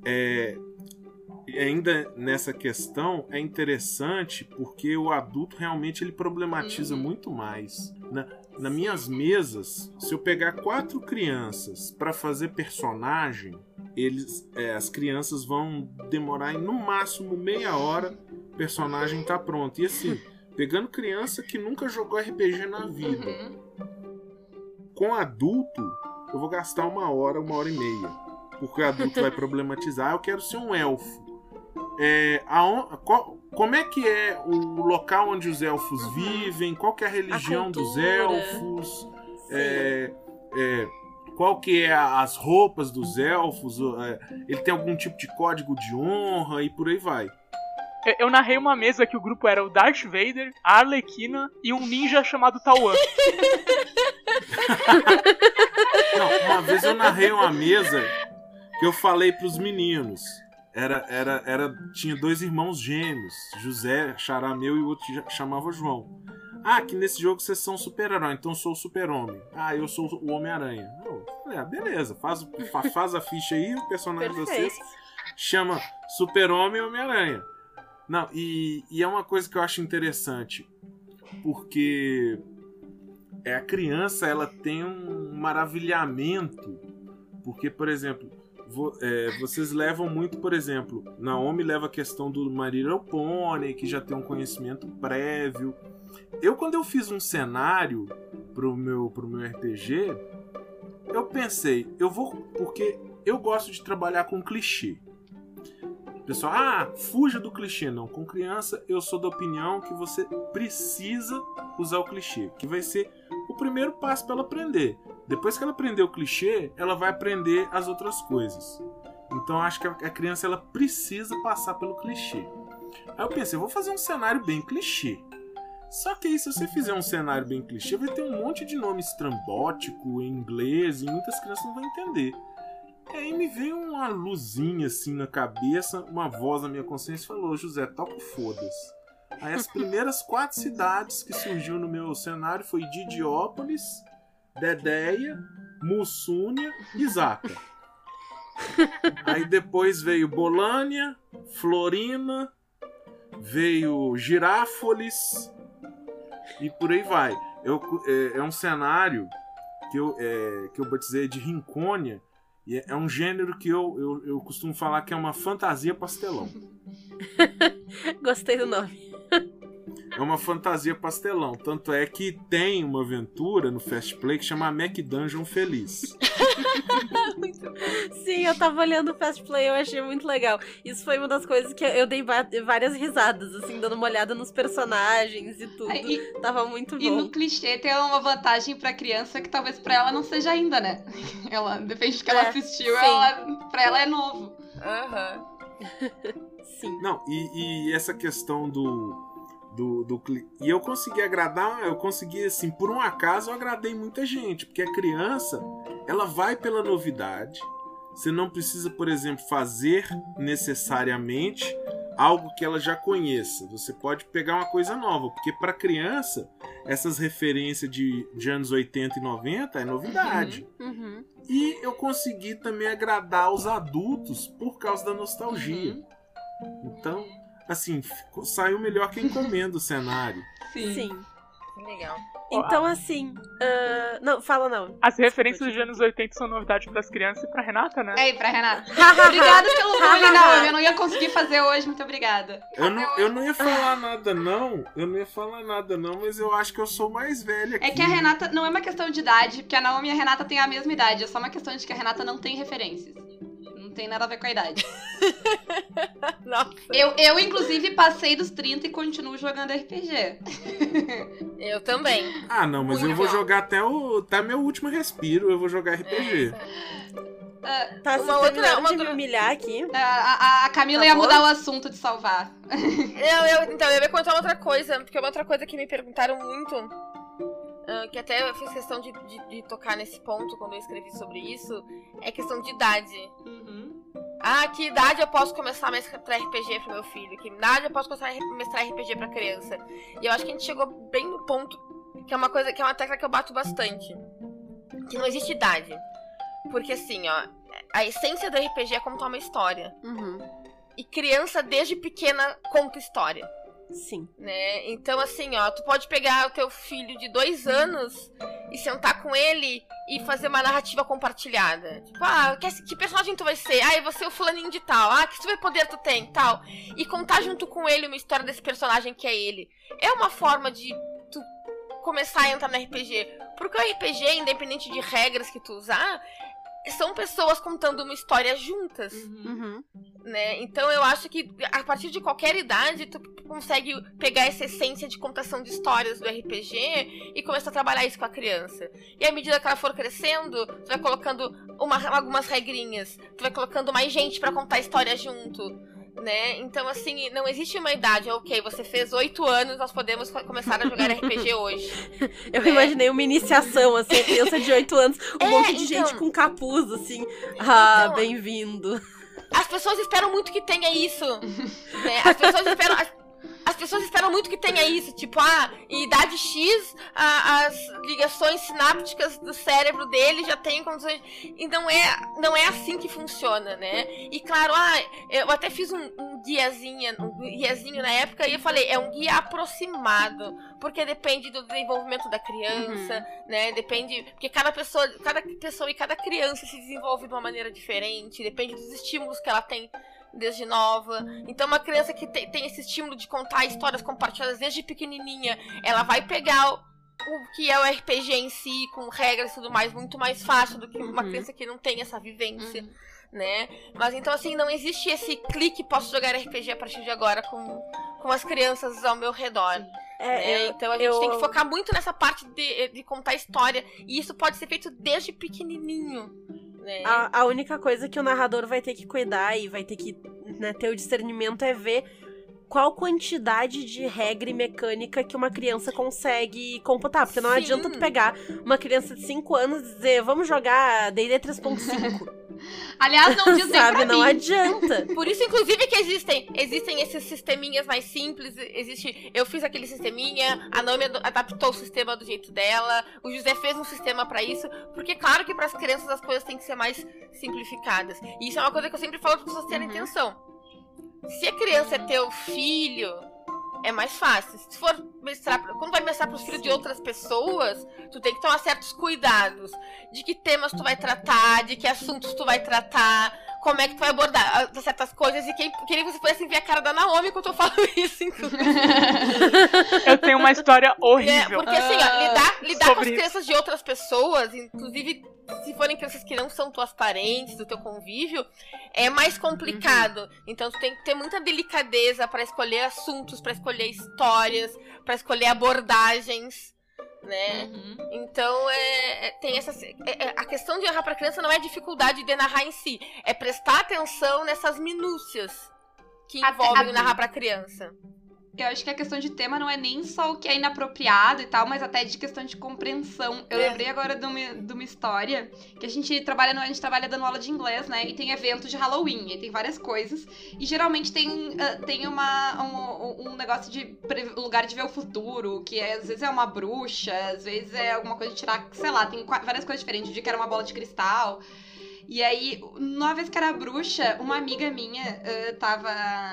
ainda nessa questão é interessante porque o adulto realmente ele problematiza muito mais. Nas minhas mesas, se eu pegar 4 crianças para fazer personagem, as crianças vão demorar no máximo meia hora, o personagem tá pronto. E assim, pegando criança que nunca jogou RPG na vida, com adulto eu vou gastar 1 hora, 1 hora e meia. porque o adulto vai problematizar. Eu quero ser um elfo. Como é que é o local onde os elfos vivem? Qual que é a religião dos elfos? Qual que é as roupas dos elfos? Ele tem algum tipo de código de honra e por aí vai. Eu narrei uma mesa que o grupo era o Darth Vader, a Arlequina e um ninja chamado Tauan. Não, uma vez eu narrei uma mesa que eu falei pros meninos. Tinha 2 irmãos gêmeos, José, xará meu, e o outro chamava João. Que nesse jogo vocês são super-herói, então eu sou o super-homem. Eu sou o Homem-Aranha. Beleza, faz a ficha aí, o personagem de vocês chama Super-Homem e Homem-Aranha. Não, e é uma coisa que eu acho interessante, porque a criança, ela tem um maravilhamento, porque, por exemplo, vocês levam muito, por exemplo, Naomi leva a questão do My Little Pony, que já tem um conhecimento prévio. Quando eu fiz um cenário pro meu RPG, eu pensei, porque eu gosto de trabalhar com clichê. Pessoal, fuja do clichê. Não, com criança eu sou da opinião que você precisa usar o clichê, que vai ser o primeiro passo para ela aprender. Depois que ela aprender o clichê, ela vai aprender as outras coisas. Então acho que a criança, ela precisa passar pelo clichê. Aí eu pensei, vou fazer um cenário bem clichê. Só que aí, se você fizer um cenário bem clichê, vai ter um monte de nome estrambótico em inglês e muitas crianças não vão entender. E aí me veio uma luzinha assim na cabeça, uma voz na minha consciência falou: José, toca o foda-se. Aí as primeiras 4 cidades que surgiu no meu cenário foi Didiópolis, Dedéia, Mussúnia e Zaca. Aí depois veio Bolânia, Florina, veio Giráfolis e por aí vai. É um cenário que eu batizei de Rincônia. E é um gênero que eu costumo falar que é uma fantasia pastelão. Gostei do nome. É uma fantasia pastelão. Tanto é que tem uma aventura no Fast Play que chama Mac Dungeon Feliz. Sim, eu tava olhando o Fast Play, eu achei muito legal. Isso foi uma das coisas que eu dei várias risadas, assim, dando uma olhada nos personagens e tudo. Tava muito bom. E no clichê tem uma vantagem pra criança que talvez pra ela não seja ainda, né? Ela, depende do que ela assistiu, pra ela é novo. Sim. Não, e essa questão e eu consegui agradar, assim, por um acaso eu agradei muita gente, porque a criança, ela vai pela novidade. Você não precisa, por exemplo, fazer necessariamente algo que ela já conheça. Você pode pegar uma coisa nova, porque para criança, essas referências de anos 80 e 90 é novidade. Uhum. E eu consegui também agradar os adultos por causa da nostalgia. Então, assim, saiu melhor que encomenda o cenário. Sim. Legal. Então, assim... Não, fala não. As referências dos anos 80 são novidade pras crianças e pra Renata, né? E pra Renata. Obrigada pelo bullying, não. Eu não ia conseguir fazer hoje, muito obrigada. Eu não ia falar nada, não. Mas eu acho que eu sou mais velha aqui. É que a Renata não é uma questão de idade, porque a Naomi e a Renata têm a mesma idade. É só uma questão de que a Renata não tem referências. Não tem nada a ver com a idade. Nossa. Eu, inclusive, passei dos 30 e continuo jogando RPG. Eu também. Não, mas eu vou jogar até meu último respiro, eu vou jogar RPG. Tá, uma outra outra de me humilhar aqui. A Camila ia mudar o assunto de salvar. Então, eu ia contar outra coisa, porque é uma outra coisa que me perguntaram muito, que até eu fiz questão de tocar nesse ponto quando eu escrevi sobre isso, é questão de idade. Que idade eu posso começar a mestrar RPG pro meu filho? Que idade eu posso começar a mestrar RPG pra criança? E eu acho que a gente chegou bem no ponto, que é uma coisa, que é uma tecla que eu bato bastante. Que não existe idade. Porque assim, a essência do RPG é contar uma história. E criança, desde pequena, conta história. Sim. Né? Então, assim, tu pode pegar o teu filho de 2 anos e sentar com ele e fazer uma narrativa compartilhada. Tipo, que personagem tu vai ser? Eu vou ser o fulaninho de tal. Que superpoder tu tem? Tal. E contar junto com ele uma história desse personagem que é ele. É uma forma de tu começar a entrar no RPG. Porque o RPG, independente de regras que tu usar, são pessoas contando uma história juntas. Uhum. Né? Então eu acho que a partir de qualquer idade tu consegue pegar essa essência de contação de histórias do RPG e começar a trabalhar isso com a criança. E à medida que ela for crescendo, tu vai colocando algumas regrinhas, tu vai colocando mais gente pra contar a história junto, né? Então assim, não existe uma idade, ok, você fez 8 anos, nós podemos começar a jogar RPG hoje. Eu imaginei uma iniciação, assim, criança de 8 anos, um monte de então, gente com capuz, assim. Ah, então, bem-vindo. As pessoas esperam muito que tenha isso, né? As pessoas esperam muito que tenha isso, tipo, em idade X, as ligações sinápticas do cérebro dele já têm condições. E não é assim que funciona, né? E claro, eu até fiz um guiazinho na época e eu falei, é um guia aproximado, porque depende do desenvolvimento da criança, né? Depende, porque cada pessoa e cada criança se desenvolve de uma maneira diferente, depende dos estímulos que ela tem desde nova. Então uma criança que tem esse estímulo de contar histórias compartilhadas desde pequenininha, ela vai pegar o que é o RPG em si, com regras e tudo mais, muito mais fácil do que uma criança que não tem essa vivência, né? Mas então assim, não existe esse clique, posso jogar RPG a partir de agora com as crianças ao meu redor. Então a gente tem que focar muito nessa parte de contar história, e isso pode ser feito desde pequenininho. A única coisa que o narrador vai ter que cuidar e vai ter que, né, ter o discernimento é ver qual quantidade de regra e mecânica que uma criança consegue computar. Porque não adianta tu pegar uma criança de 5 anos e dizer, vamos jogar D&D 3.5. Aliás, não diz nem pra não mim. adianta. Por isso, inclusive, que existem esses sisteminhas mais simples. Eu fiz aquele sisteminha, a Naomi adaptou o sistema do jeito dela, o José fez um sistema pra isso, porque claro que pras crianças as coisas têm que ser mais simplificadas. E isso é uma coisa que eu sempre falo para as pessoas terem atenção. Se a criança é teu filho, é mais fácil. Se for mestrar, quando vai mestrar pros filhos de outras pessoas, tu tem que tomar certos cuidados. De que temas tu vai tratar, de que assuntos tu vai tratar, como é que tu vai abordar certas coisas. E queria que você pudesse ver a cara da Naomi enquanto eu falo isso, inclusive. Eu tenho uma história horrível. Porque assim, lidar com as crianças de outras pessoas, inclusive se forem crianças que não são tuas parentes, do teu convívio, é mais complicado. Então tu tem que ter muita delicadeza pra escolher assuntos, pra escolher histórias, pra escolher abordagens, né? Então tem a questão de narrar pra criança não é a dificuldade de narrar em si, é prestar atenção nessas minúcias que envolvem narrar pra criança. Eu acho que a questão de tema não é nem só o que é inapropriado e tal, mas até de questão de compreensão. Eu lembrei agora de uma história que a gente trabalha dando aula de inglês, né? E tem evento de Halloween, e tem várias coisas. E geralmente tem um negócio de lugar de ver o futuro, que às vezes é uma bruxa, às vezes é alguma coisa de tirar, sei lá, tem várias coisas diferentes. O dia que era uma bola de cristal. E aí, uma vez que era bruxa, uma amiga minha tava...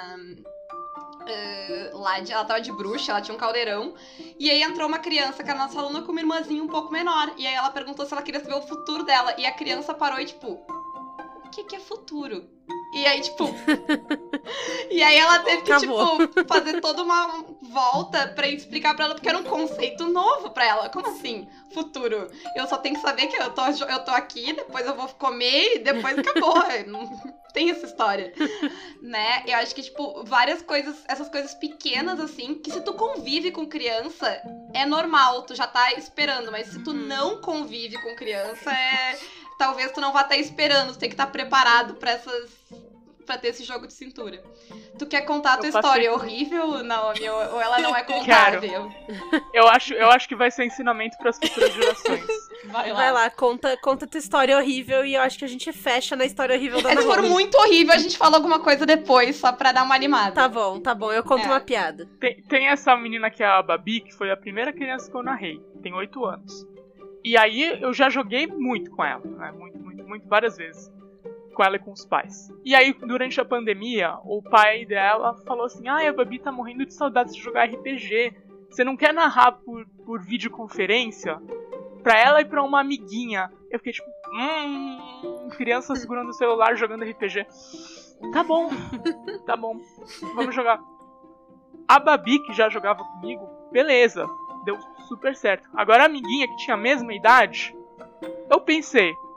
ela tava de bruxa, ela tinha um caldeirão. E aí entrou uma criança, que era nossa aluna, com uma irmãzinha um pouco menor. E aí ela perguntou se ela queria saber o futuro dela. E a criança parou e tipo, o que é futuro? E aí, tipo... e aí ela teve que, tipo, fazer toda uma volta pra explicar pra ela, porque era um conceito novo pra ela. Como assim, futuro? Eu só tenho que saber que eu tô aqui, depois eu vou comer e depois acabou. Não tem essa história, né? Eu acho que, tipo, várias coisas, essas coisas pequenas, assim, que se tu convive com criança, é normal, tu já tá esperando. Mas se tu não convive com criança, talvez tu não vá estar esperando, tu tem que estar preparado pra ter esse jogo de cintura. Tu quer contar a tua história horrível, Naomi, ou ela não é contável? Eu acho que vai ser ensinamento pras futuras gerações. Vai lá, conta tua história horrível e eu acho que a gente fecha na história horrível da Naomi. Se for muito horrível, a gente fala alguma coisa depois, só pra dar uma animada. Tá bom, eu conto uma piada. Tem essa menina que é a Babi, que foi a primeira criança que eu narrei, tem 8 anos. E aí eu já joguei muito com ela, né? Muito, várias vezes. Com ela e com os pais. E aí, durante a pandemia, o pai dela falou assim, a Babi tá morrendo de saudades de jogar RPG. Você não quer narrar por videoconferência? Pra ela e pra uma amiguinha. Eu fiquei tipo, criança segurando o celular jogando RPG. Tá bom, vamos jogar. A Babi, que já jogava comigo, beleza, deu super certo. Agora a amiguinha que tinha a mesma idade, eu pensei,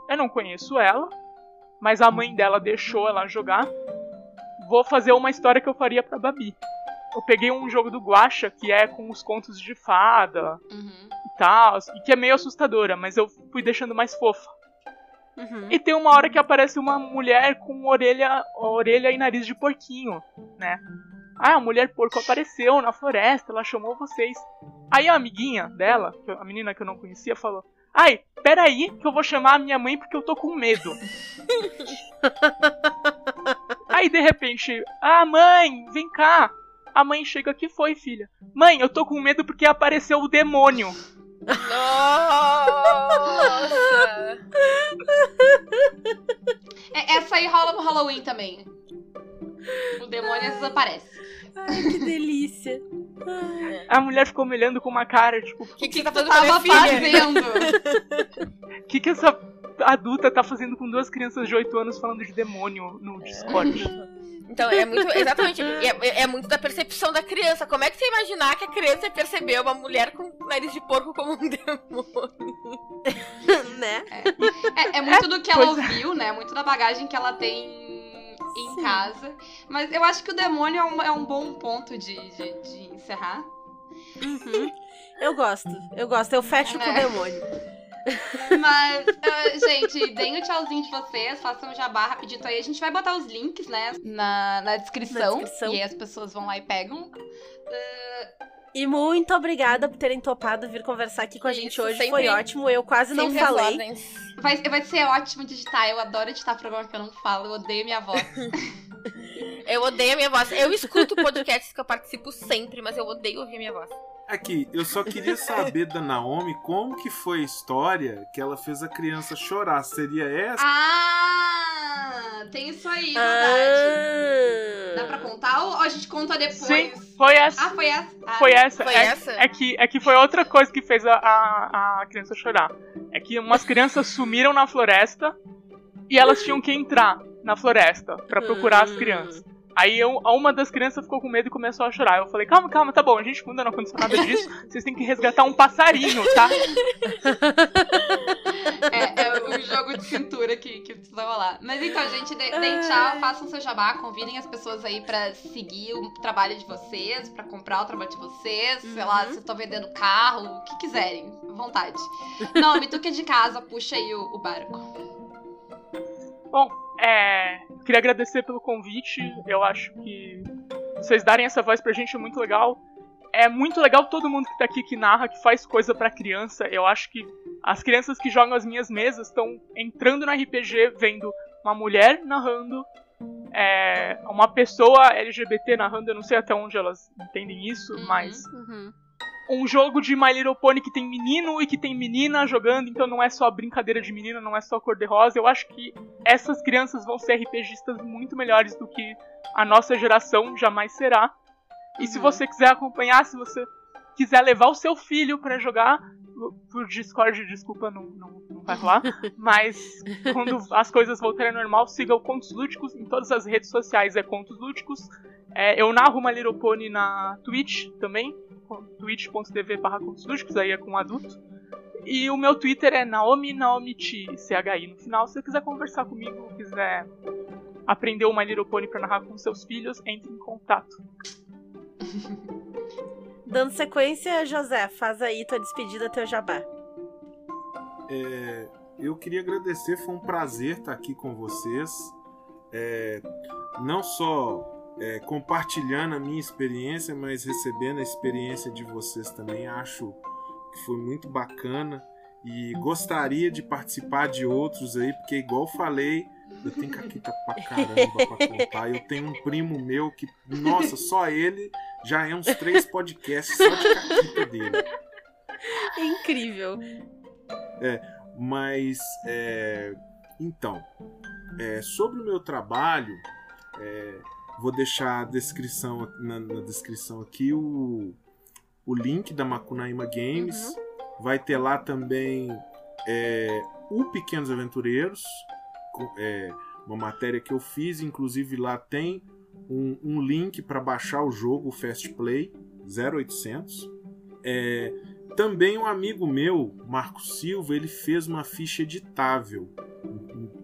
eu não conheço ela, mas a mãe dela deixou ela jogar. Vou fazer uma história que eu faria pra Babi. Eu peguei um jogo do Guaxa, que é com os contos de fada e tal, e que é meio assustadora, mas eu fui deixando mais fofa. E tem uma hora que aparece uma mulher com orelha e nariz de porquinho, né? Ah, a mulher porco apareceu na floresta, ela chamou vocês. Aí a amiguinha dela, a menina que eu não conhecia, falou: ai, peraí que eu vou chamar a minha mãe porque eu tô com medo. Aí de repente, mãe, vem cá. A mãe chega, que foi, filha? Mãe, eu tô com medo porque apareceu o demônio. Nossa! Essa aí rola no Halloween também. O demônio às vezes aparece. Ai, que delícia. A mulher ficou me olhando com uma cara, tipo... O que você tá tu fazendo com a tava minha filha? fazendo? O que essa adulta tá fazendo com 2 crianças de 8 anos falando de demônio no Discord? Então, é muito, exatamente, é muito da percepção da criança. Como é que você imaginar que a criança ia perceber uma mulher com nariz de porco como um demônio? Né? É muito do que ela ouviu, né? Muito da bagagem que ela tem em casa. Mas eu acho que o demônio é um bom ponto de encerrar. Eu gosto. Eu fecho com o demônio. Mas, gente, deem o tchauzinho de vocês, façam um jabá rapidito aí. A gente vai botar os links, né, na descrição. E aí as pessoas vão lá e pegam. E muito obrigada por terem topado vir conversar aqui com a gente hoje. sempre, foi ótimo, eu quase não sempre falei. Vai ser ótimo de editar. Eu adoro editar programa que eu não falo, eu odeio minha voz. Eu odeio a minha voz. Eu escuto podcasts que eu participo sempre, mas eu odeio ouvir a minha voz. Aqui, eu só queria saber da Naomi como que foi a história que ela fez a criança chorar. Seria essa? Tem isso aí, verdade. Dá pra contar ou a gente conta depois? Sim, foi essa. Foi essa? Foi essa. Foi essa? É que foi outra coisa que fez a criança chorar. É que umas crianças sumiram na floresta e elas tinham que entrar na floresta pra procurar as crianças. Aí uma das crianças ficou com medo e começou a chorar. Eu falei, calma, tá bom, a gente ainda não aconteceu nada disso. Vocês têm que resgatar um passarinho, tá? É um jogo de cintura que precisa rolar. Mas então, gente, deem tchau, façam seu jabá, convidem as pessoas aí pra seguir o trabalho de vocês, pra comprar o trabalho de vocês, sei lá, se estão vendendo carro, o que quiserem, à vontade. Naomi, tu que é de casa, puxa aí o barco. Bom, queria agradecer pelo convite. Eu acho que vocês darem essa voz pra gente é muito legal. É muito legal todo mundo que tá aqui, que narra, que faz coisa pra criança. Eu acho que as crianças que jogam as minhas mesas estão entrando no RPG vendo uma mulher narrando, uma pessoa LGBT narrando. Eu não sei até onde elas entendem isso, mas... Um jogo de My Little Pony que tem menino e que tem menina jogando, então não é só brincadeira de menina, não é só cor-de-rosa. Eu acho que essas crianças vão ser RPGistas muito melhores do que a nossa geração jamais será. E se você quiser acompanhar, se você quiser levar o seu filho pra jogar, por Discord, desculpa, não vai rolar, mas quando as coisas voltarem ao normal, siga o Contos Lúdicos em todas as redes sociais, Contos Lúdicos. Eu narro My Little Pony na Twitch também, twitch.tv/Contos Lúdicos, aí é com adulto. E o meu Twitter é NaomiT, CHI no final. Se você quiser conversar comigo, quiser aprender o My Little Pony pra narrar com seus filhos, entre em contato. Dando sequência, José, faz aí tua despedida, teu jabá. Eu queria agradecer, foi um prazer estar aqui com vocês. Não só compartilhando a minha experiência, mas recebendo a experiência de vocês também. Acho que foi muito bacana e gostaria de participar de outros aí, porque igual falei, eu tenho caquita pra caramba pra contar. Eu tenho um primo meu que, nossa, só ele já é uns 3 podcasts só de caquita dele. É incrível. Mas então, sobre o meu trabalho, vou deixar na descrição aqui o link da Macunaíma Games. Vai ter lá também o Pequenos Aventureiros, uma matéria que eu fiz. Inclusive lá tem um link para baixar o jogo, o Fast Play 0800. Também um amigo meu, Marco Silva, ele fez uma ficha editável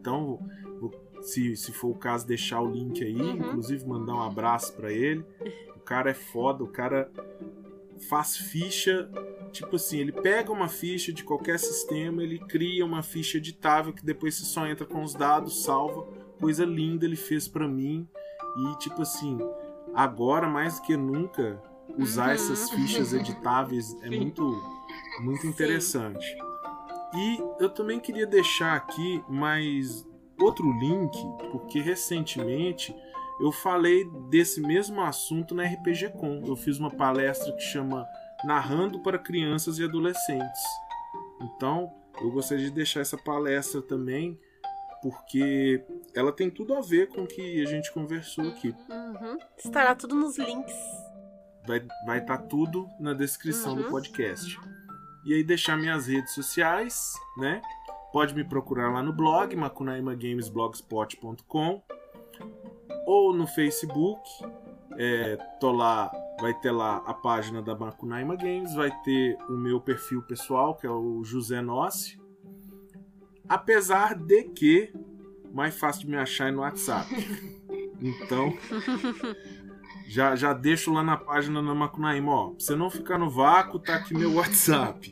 Então, se for o caso, deixar o link aí, inclusive mandar um abraço pra ele. O cara é foda, o cara faz ficha, tipo assim, ele pega uma ficha de qualquer sistema, ele cria uma ficha editável que depois você só entra com os dados, salva. Coisa linda ele fez pra mim. E tipo assim, agora mais do que nunca, usar essas fichas editáveis é muito interessante. E eu também queria deixar aqui mais outro link, porque recentemente eu falei desse mesmo assunto na RPG Com. Eu fiz uma palestra que chama Narrando para Crianças e Adolescentes. Então, eu gostaria de deixar essa palestra também, porque ela tem tudo a ver com o que a gente conversou aqui. Estará tudo nos links. Vai estar tudo na descrição do podcast. E aí deixar minhas redes sociais, né? Pode me procurar lá no blog, makunaimagamesblogspot.com, ou no Facebook. Tô lá, vai ter lá a página da Makunaima Games, vai ter o meu perfil pessoal, que é o José Nossi. Apesar de que mais fácil de me achar é no WhatsApp. Então, já deixo lá na página da Makunaima, ó. Pra você não ficar no vácuo, tá aqui meu WhatsApp.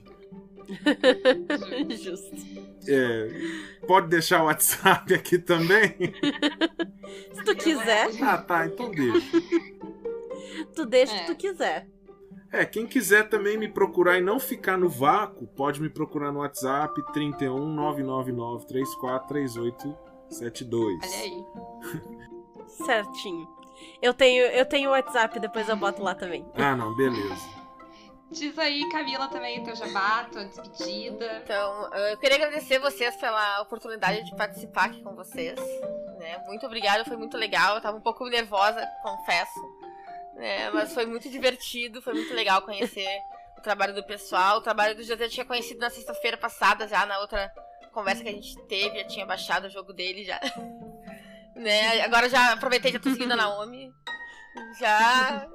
Justo. Pode deixar o WhatsApp aqui também? Se tu quiser. Ah, tá, então deixa. Tu deixa se tu quiser. Quem quiser também me procurar e não ficar no vácuo, pode me procurar no WhatsApp 31 999 34 3872. Olha aí. Certinho. Eu tenho o WhatsApp, depois eu boto lá também. Ah, não, beleza. Diz aí, Camila, também o teu jabá, tua despedida. Então, eu queria agradecer vocês pela oportunidade de participar aqui com vocês. Né? Muito obrigada, foi muito legal. Eu tava um pouco nervosa, confesso. Mas foi muito divertido, foi muito legal conhecer o trabalho do pessoal. O trabalho do José eu tinha conhecido na sexta-feira passada, já na outra conversa que a gente teve. Já tinha baixado o jogo dele, já. Né? Agora já aproveitei, já tô seguindo a Naomi. Já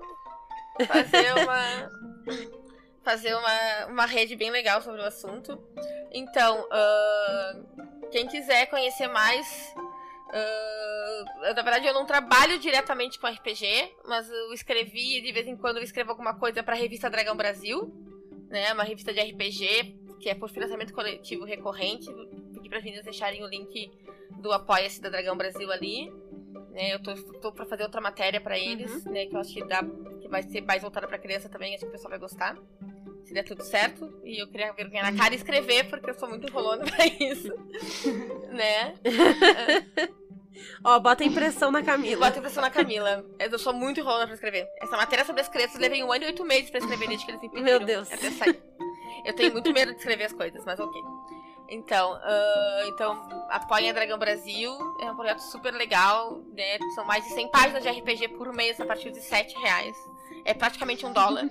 fazer uma rede bem legal sobre o assunto. Então, quem quiser conhecer mais, na verdade eu não trabalho diretamente com RPG, mas eu escrevi, de vez em quando eu escrevo alguma coisa para a revista Dragão Brasil, né, uma revista de RPG que é por financiamento coletivo recorrente. Pedi para as meninas deixarem o link do Apoia-se da Dragão Brasil ali, né, eu tô para fazer outra matéria para eles, né, que eu acho que vai ser mais voltada para criança também, acho que o pessoal vai gostar. Se der tudo certo, e eu queria vergonha na cara e escrever, porque eu sou muito enrolona pra isso, né? Ó, bota impressão na Camila. Bota impressão na Camila. Eu sou muito enrolona pra escrever. Essa matéria sobre as crianças, eu levei 1 ano e 8 meses pra escrever desde que eles me pediram. Meu Deus. Até sair. Eu tenho muito medo de escrever as coisas, mas ok. Então, apoiem a Dragão Brasil. É um projeto super legal, né? São mais de 100 páginas de RPG por mês a partir de R$7. É praticamente $1.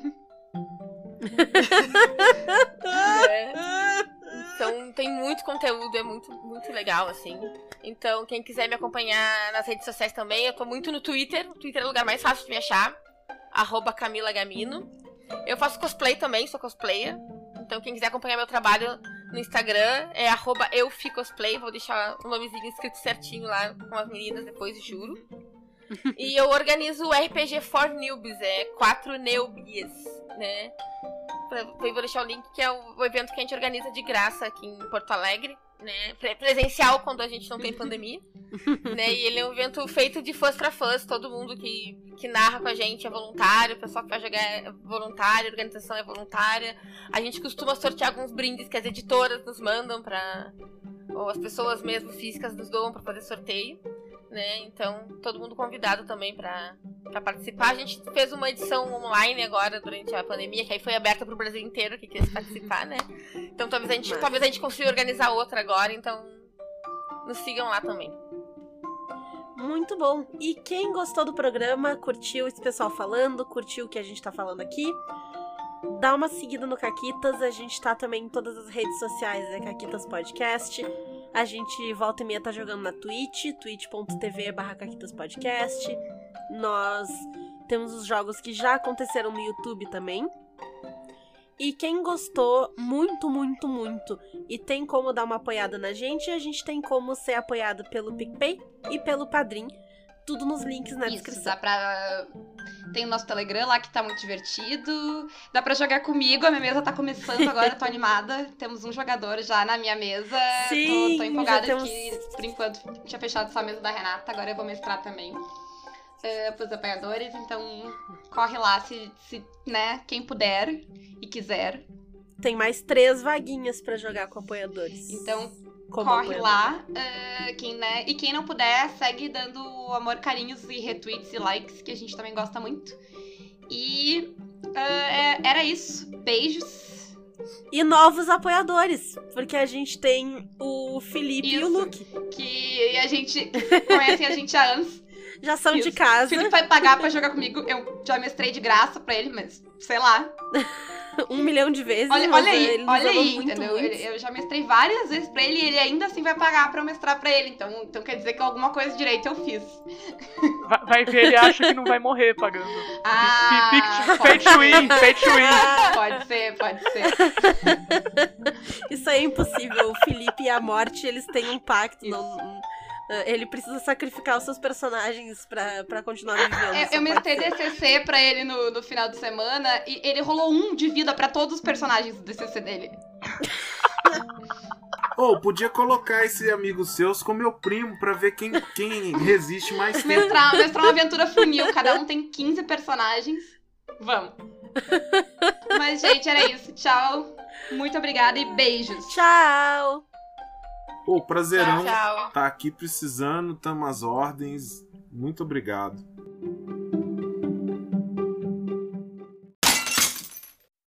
Então tem muito conteúdo, é muito, muito legal, assim. Então, quem quiser me acompanhar nas redes sociais também, eu tô muito no Twitter. O Twitter é o lugar mais fácil de me achar. @CamilaGamino. Eu faço cosplay também, sou cosplayer. Então, quem quiser acompanhar meu trabalho no Instagram é @euficosplay. Vou deixar o nomezinho escrito certinho lá com as meninas depois, juro. E eu organizo o RPG for Newbies, 4 Newbies, né? Eu vou deixar o link, que é o evento que a gente organiza de graça aqui em Porto Alegre, né? Presencial quando a gente não tem pandemia, né? E ele é um evento feito de fãs pra fãs. Todo mundo que narra com a gente é voluntário, o pessoal que vai jogar é voluntário, a organização é voluntária. A gente costuma sortear alguns brindes que as editoras nos mandam ou as pessoas mesmo físicas nos doam pra fazer sorteio, né? Então, todo mundo convidado também pra participar. A gente fez uma edição online agora durante a pandemia, que aí foi aberta pro Brasil inteiro que quis participar, né? Então talvez a gente consiga organizar outra agora, então nos sigam lá também. Muito bom. E quem gostou do programa, curtiu esse pessoal falando, curtiu o que a gente tá falando aqui, dá uma seguida no Caquitas. A gente tá também em todas as redes sociais, Caquitas Podcast. A gente volta e meia tá jogando na Twitch, twitch.tv/CaquitasPodcast. Nós temos os jogos que já aconteceram no YouTube também. E quem gostou muito, muito, muito e tem como dar uma apoiada na gente, a gente tem como ser apoiado pelo PicPay e pelo Padrim. Tudo nos links na Isso, descrição. dá pra... Tem o nosso Telegram lá que tá muito divertido. Dá pra jogar comigo, a minha mesa tá começando agora, tô animada. Temos um jogador já na minha mesa. Sim, tô empolgada já temos... que, por enquanto, tinha fechado só a mesa da Renata, agora eu vou mestrar também. Pros apoiadores, então corre lá se né, quem puder e quiser. Tem mais 3 vaguinhas pra jogar com apoiadores. Então Como corre apoiador. lá, e quem não puder, segue dando amor, carinhos e retweets e likes, que a gente também gosta muito. E era isso. Beijos. E novos apoiadores, porque a gente tem o Felipe e o Isso. Luke. Que a gente conhece a gente há anos. Já são Isso. de casa. O Felipe vai pagar pra jogar comigo. Eu já mestrei de graça pra ele, mas sei lá. 1 milhão de vezes. Olha mas aí, ele nos olha ama aí, muito, entendeu? muito. Eu já mestrei várias vezes pra ele e ele ainda assim vai pagar pra eu mestrar pra ele. Então quer dizer que alguma coisa direito eu fiz. Vai ver, ele acha que não vai morrer pagando. Pay to win, pay to win. Pode ser. Isso aí é impossível. O Felipe e a morte, eles têm um pacto. Ele precisa sacrificar os seus personagens pra continuar vivendo. Eu mestrei DCC pra ele no final de semana e ele rolou 1 de vida pra todos os personagens do DCC dele. Podia colocar esse amigo seus com meu primo pra ver quem resiste mais tempo. Mestrar uma aventura funil, cada um tem 15 personagens. Vamos. Mas, gente, era isso. Tchau. Muito obrigada e beijos. Tchau! Prazerão. Tchau. Tá aqui precisando, tamo às ordens. Muito obrigado.